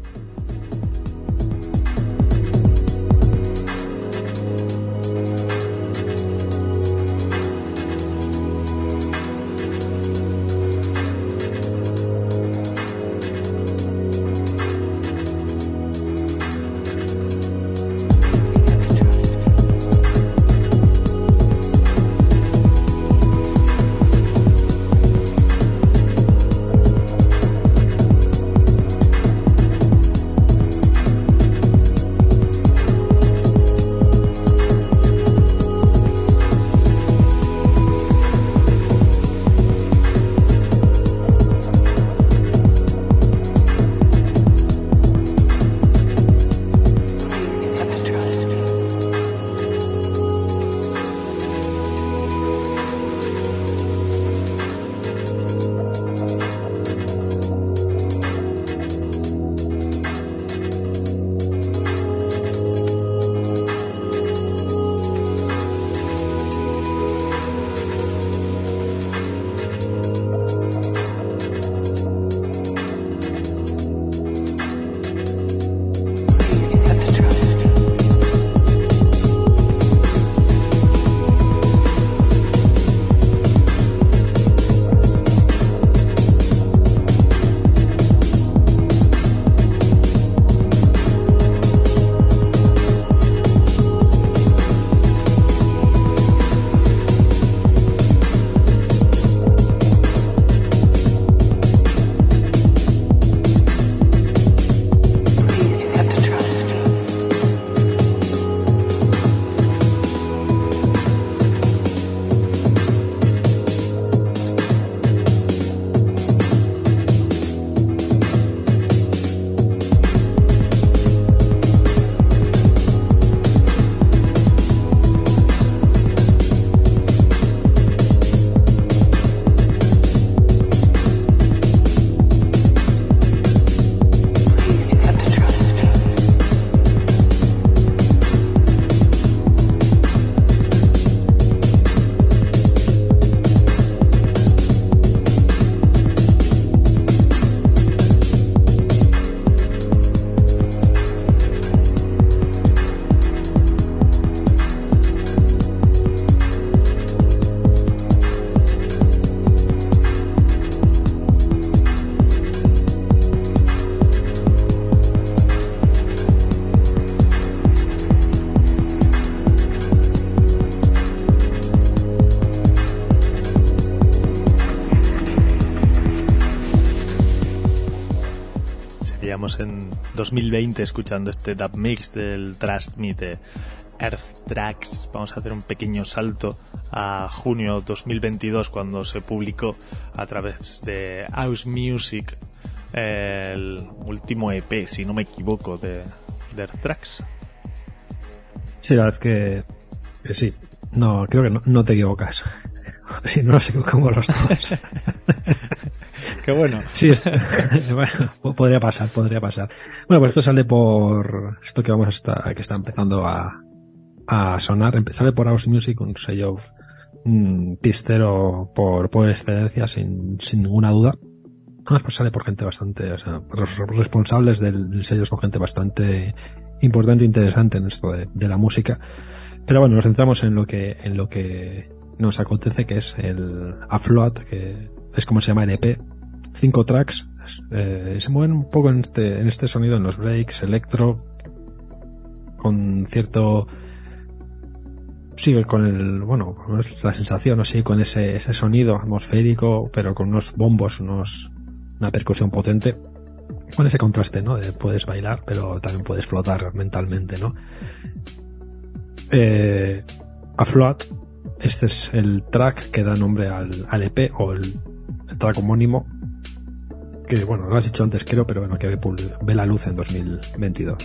En 2020 escuchando este dub mix del Trust Me de Earth Tracks. Vamos a hacer un pequeño salto a junio 2022, cuando se publicó a través de House Music el último EP, si no me equivoco, de Earth Tracks. Sí, la verdad que sí. No, creo que no te equivocas. Si no nos equivocamos los dos. Qué bueno. Sí, bueno, podría pasar. Bueno, pues esto sale por esto que que está empezando a sonar. Sale por House Music, un sello pistero por excelencia, sin ninguna duda. Además, pues sale por gente bastante, o sea, los responsables del sello son gente bastante importante e interesante en esto de la música. Pero bueno, nos centramos en lo que nos acontece, que es el Afloat, que es como se llama el EP. 5 tracks, se mueven un poco en este sonido, en los breaks, electro, con cierto, sigue con la sensación, o sí, con ese sonido atmosférico, pero con unos bombos, una percusión potente, con ese contraste, ¿no? Puedes bailar, pero también puedes flotar mentalmente, ¿no? Afloat Este es el track que da nombre al EP, o el track homónimo, que bueno, lo has dicho antes creo, pero bueno, que ve la luz en 2022.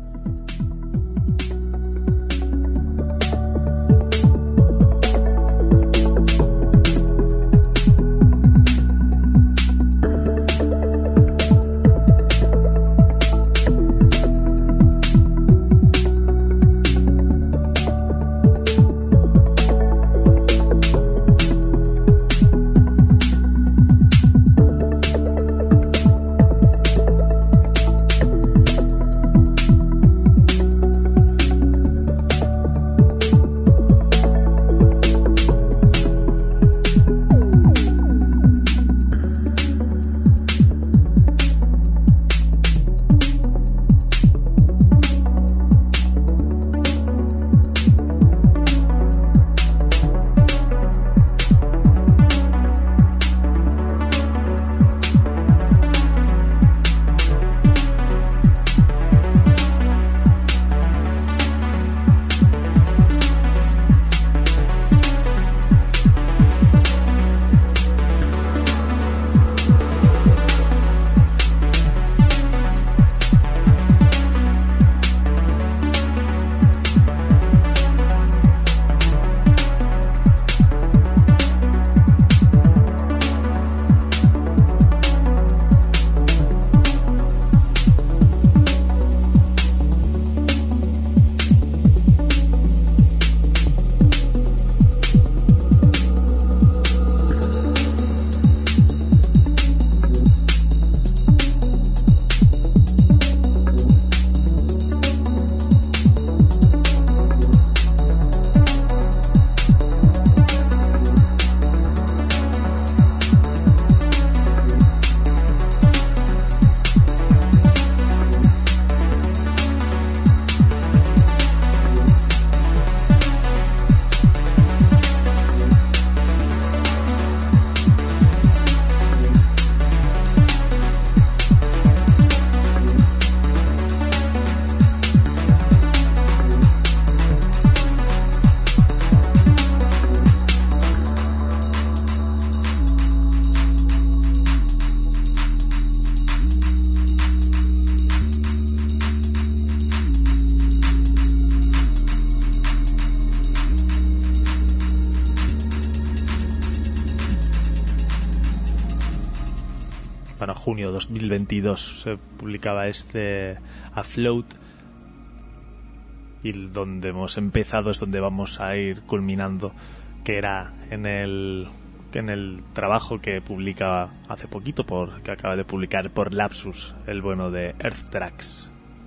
Para junio 2022 se publicaba este Afloat, y donde hemos empezado es donde vamos a ir culminando, que era en el trabajo que publica hace poquito, que acaba de publicar por Lapsus, el bueno de Earth Tracks.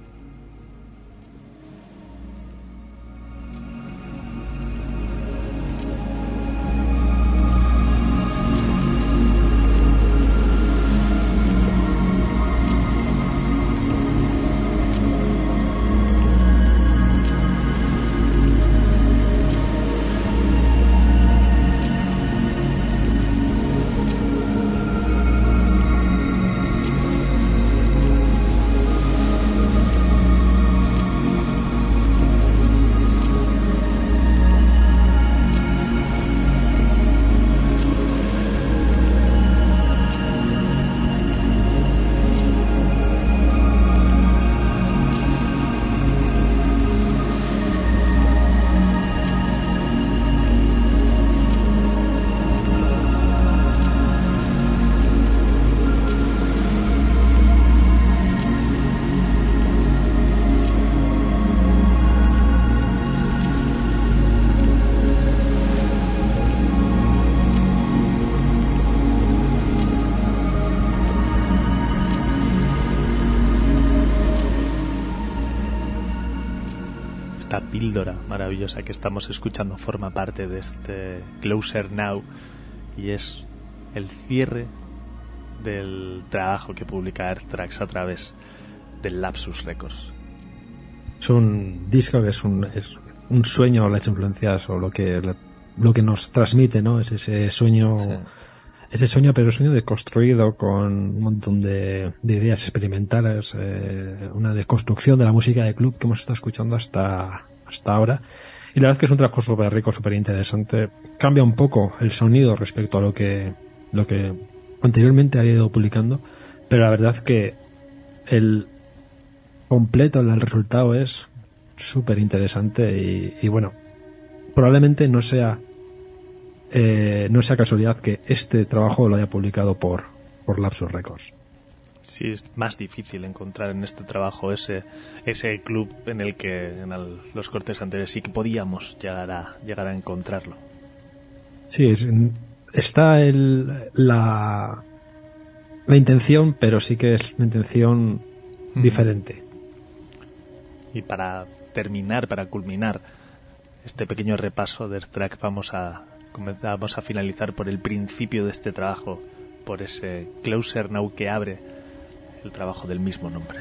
Esta píldora maravillosa que estamos escuchando forma parte de este Closer Now, y es el cierre del trabajo que publica Earth Tracks a través del Lapsus Records. Es un disco que es un sueño, las influencias o lo que nos transmite, ¿no? Es ese sueño, sí. Ese sueño, pero sueño deconstruido con un montón de ideas experimentales, una deconstrucción de la música de club que hemos estado escuchando hasta hasta ahora. Y la verdad es que es un trabajo súper rico, súper interesante. Cambia un poco el sonido respecto a lo que anteriormente había ido publicando, pero la verdad que el completo, el resultado es súper interesante y bueno, probablemente no sea casualidad que este trabajo lo haya publicado por Lapsus Records. Sí, es más difícil encontrar en este trabajo ese club en el que en los cortes anteriores sí que podíamos llegar a encontrarlo. Sí, está la intención, pero sí que es una intención diferente. Y para terminar, para culminar este pequeño repaso del track, vamos a finalizar por el principio de este trabajo, por ese Closer Now que abre el trabajo del mismo nombre.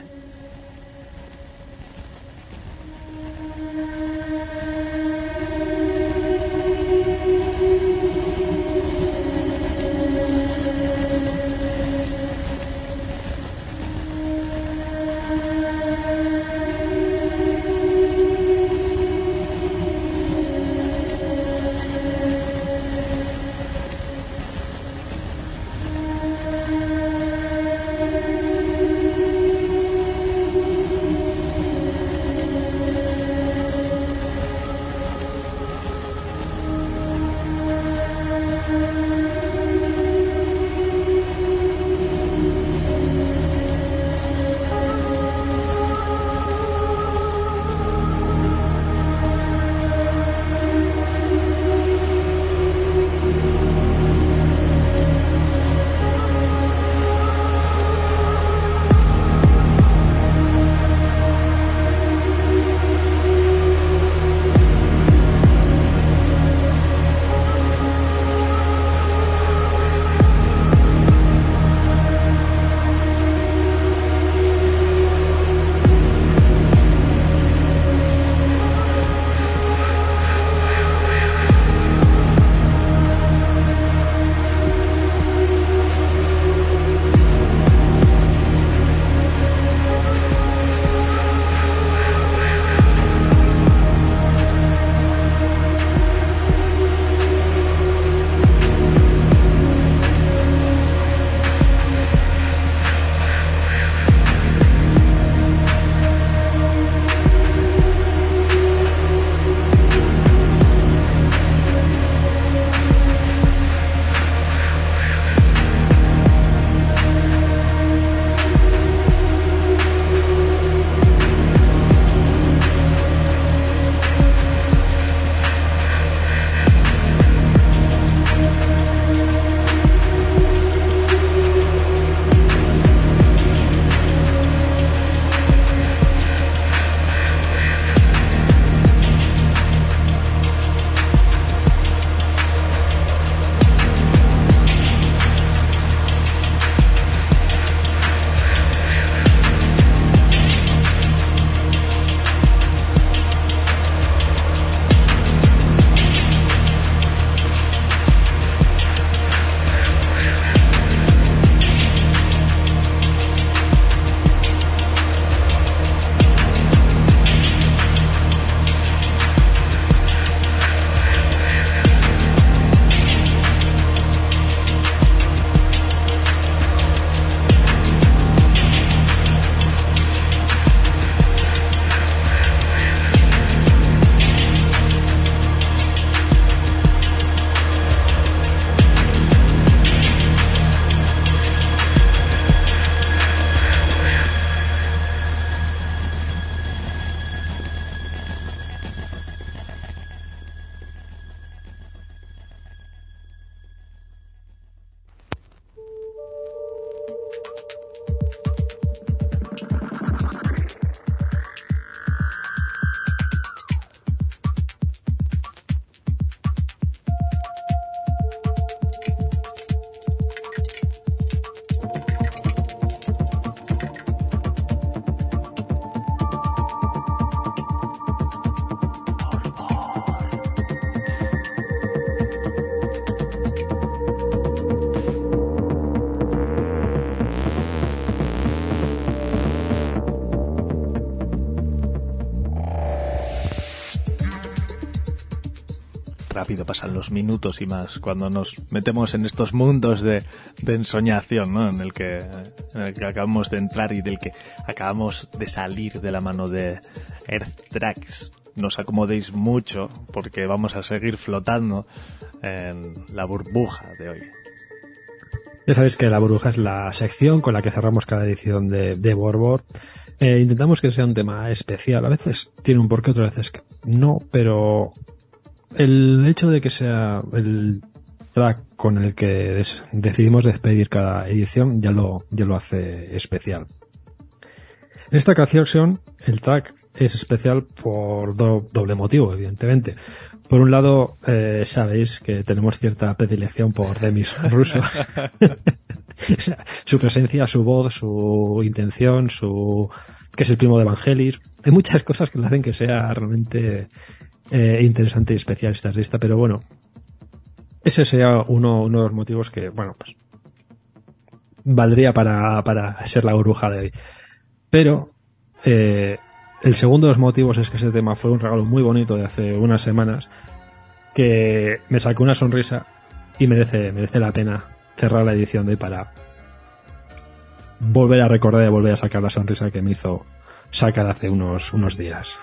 rápido pasan los minutos y más cuando nos metemos en estos mundos de ensoñación, ¿no? En el que acabamos de entrar y del que acabamos de salir de la mano de Earth Tracks. No os acomodéis mucho porque vamos a seguir flotando en la burbuja de hoy. Ya sabéis que la burbuja es la sección con la que cerramos cada edición de Borbor. Intentamos que sea un tema especial. A veces tiene un porqué, otras veces no, pero el hecho de que sea el track con el que decidimos despedir cada edición ya lo hace especial. En esta ocasión el track es especial por doble motivo, evidentemente. Por un lado, sabéis que tenemos cierta predilección por Demis Russo. O sea, su presencia, su voz, su intención, que es el primo de Vangelis. Hay muchas cosas que le hacen que sea realmente interesante y especial esta lista, pero bueno, ese sería uno de los motivos que, bueno, pues valdría para ser la burbuja de hoy. Pero el segundo de los motivos es que ese tema fue un regalo muy bonito de hace unas semanas que me sacó una sonrisa y merece la pena cerrar la edición de hoy para volver a recordar y volver a sacar la sonrisa que me hizo sacar hace unos días.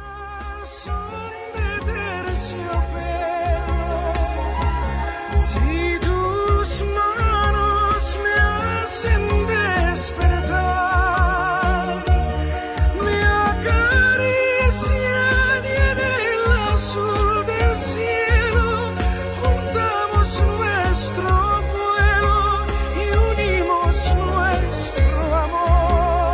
Si tus manos me hacen despertar, me acarician y en el azul del cielo juntamos nuestro vuelo y unimos nuestro amor.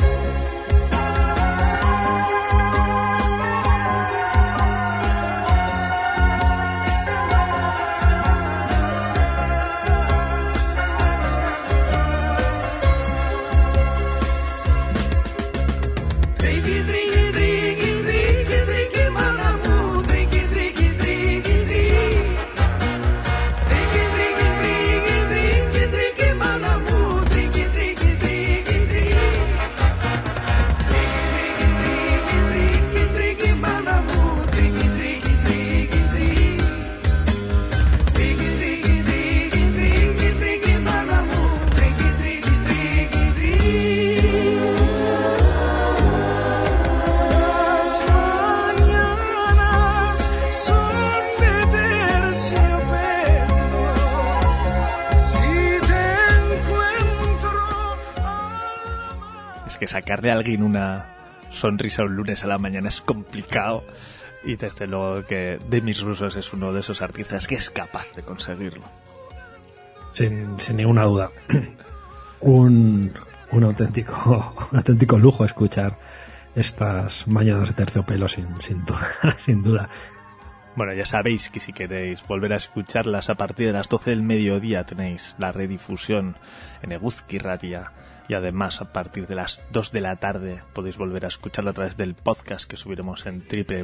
Que sacarle a alguien una sonrisa un lunes a la mañana es complicado y desde luego que Demis Russo es uno de esos artistas que es capaz de conseguirlo. Sin ninguna duda. Un auténtico lujo escuchar estas mañanas de terciopelo sin duda. Bueno, ya sabéis que si queréis volver a escucharlas a partir de las 12 del mediodía tenéis la redifusión en Eguzki Ratia. Y además, a partir de las 2 de la tarde podéis volver a escucharlo a través del podcast que subiremos en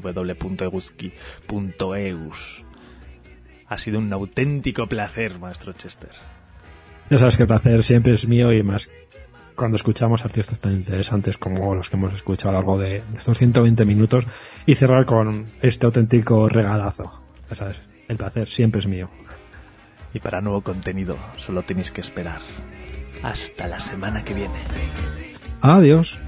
www.eguzki.eus. Ha sido un auténtico placer, maestro Chester. Ya sabes que el placer siempre es mío y más cuando escuchamos artistas tan interesantes como los que hemos escuchado a lo largo de estos 120 minutos y cerrar con este auténtico regalazo. Ya sabes, el placer siempre es mío. Y para nuevo contenido solo tenéis que esperar hasta la semana que viene. Adiós.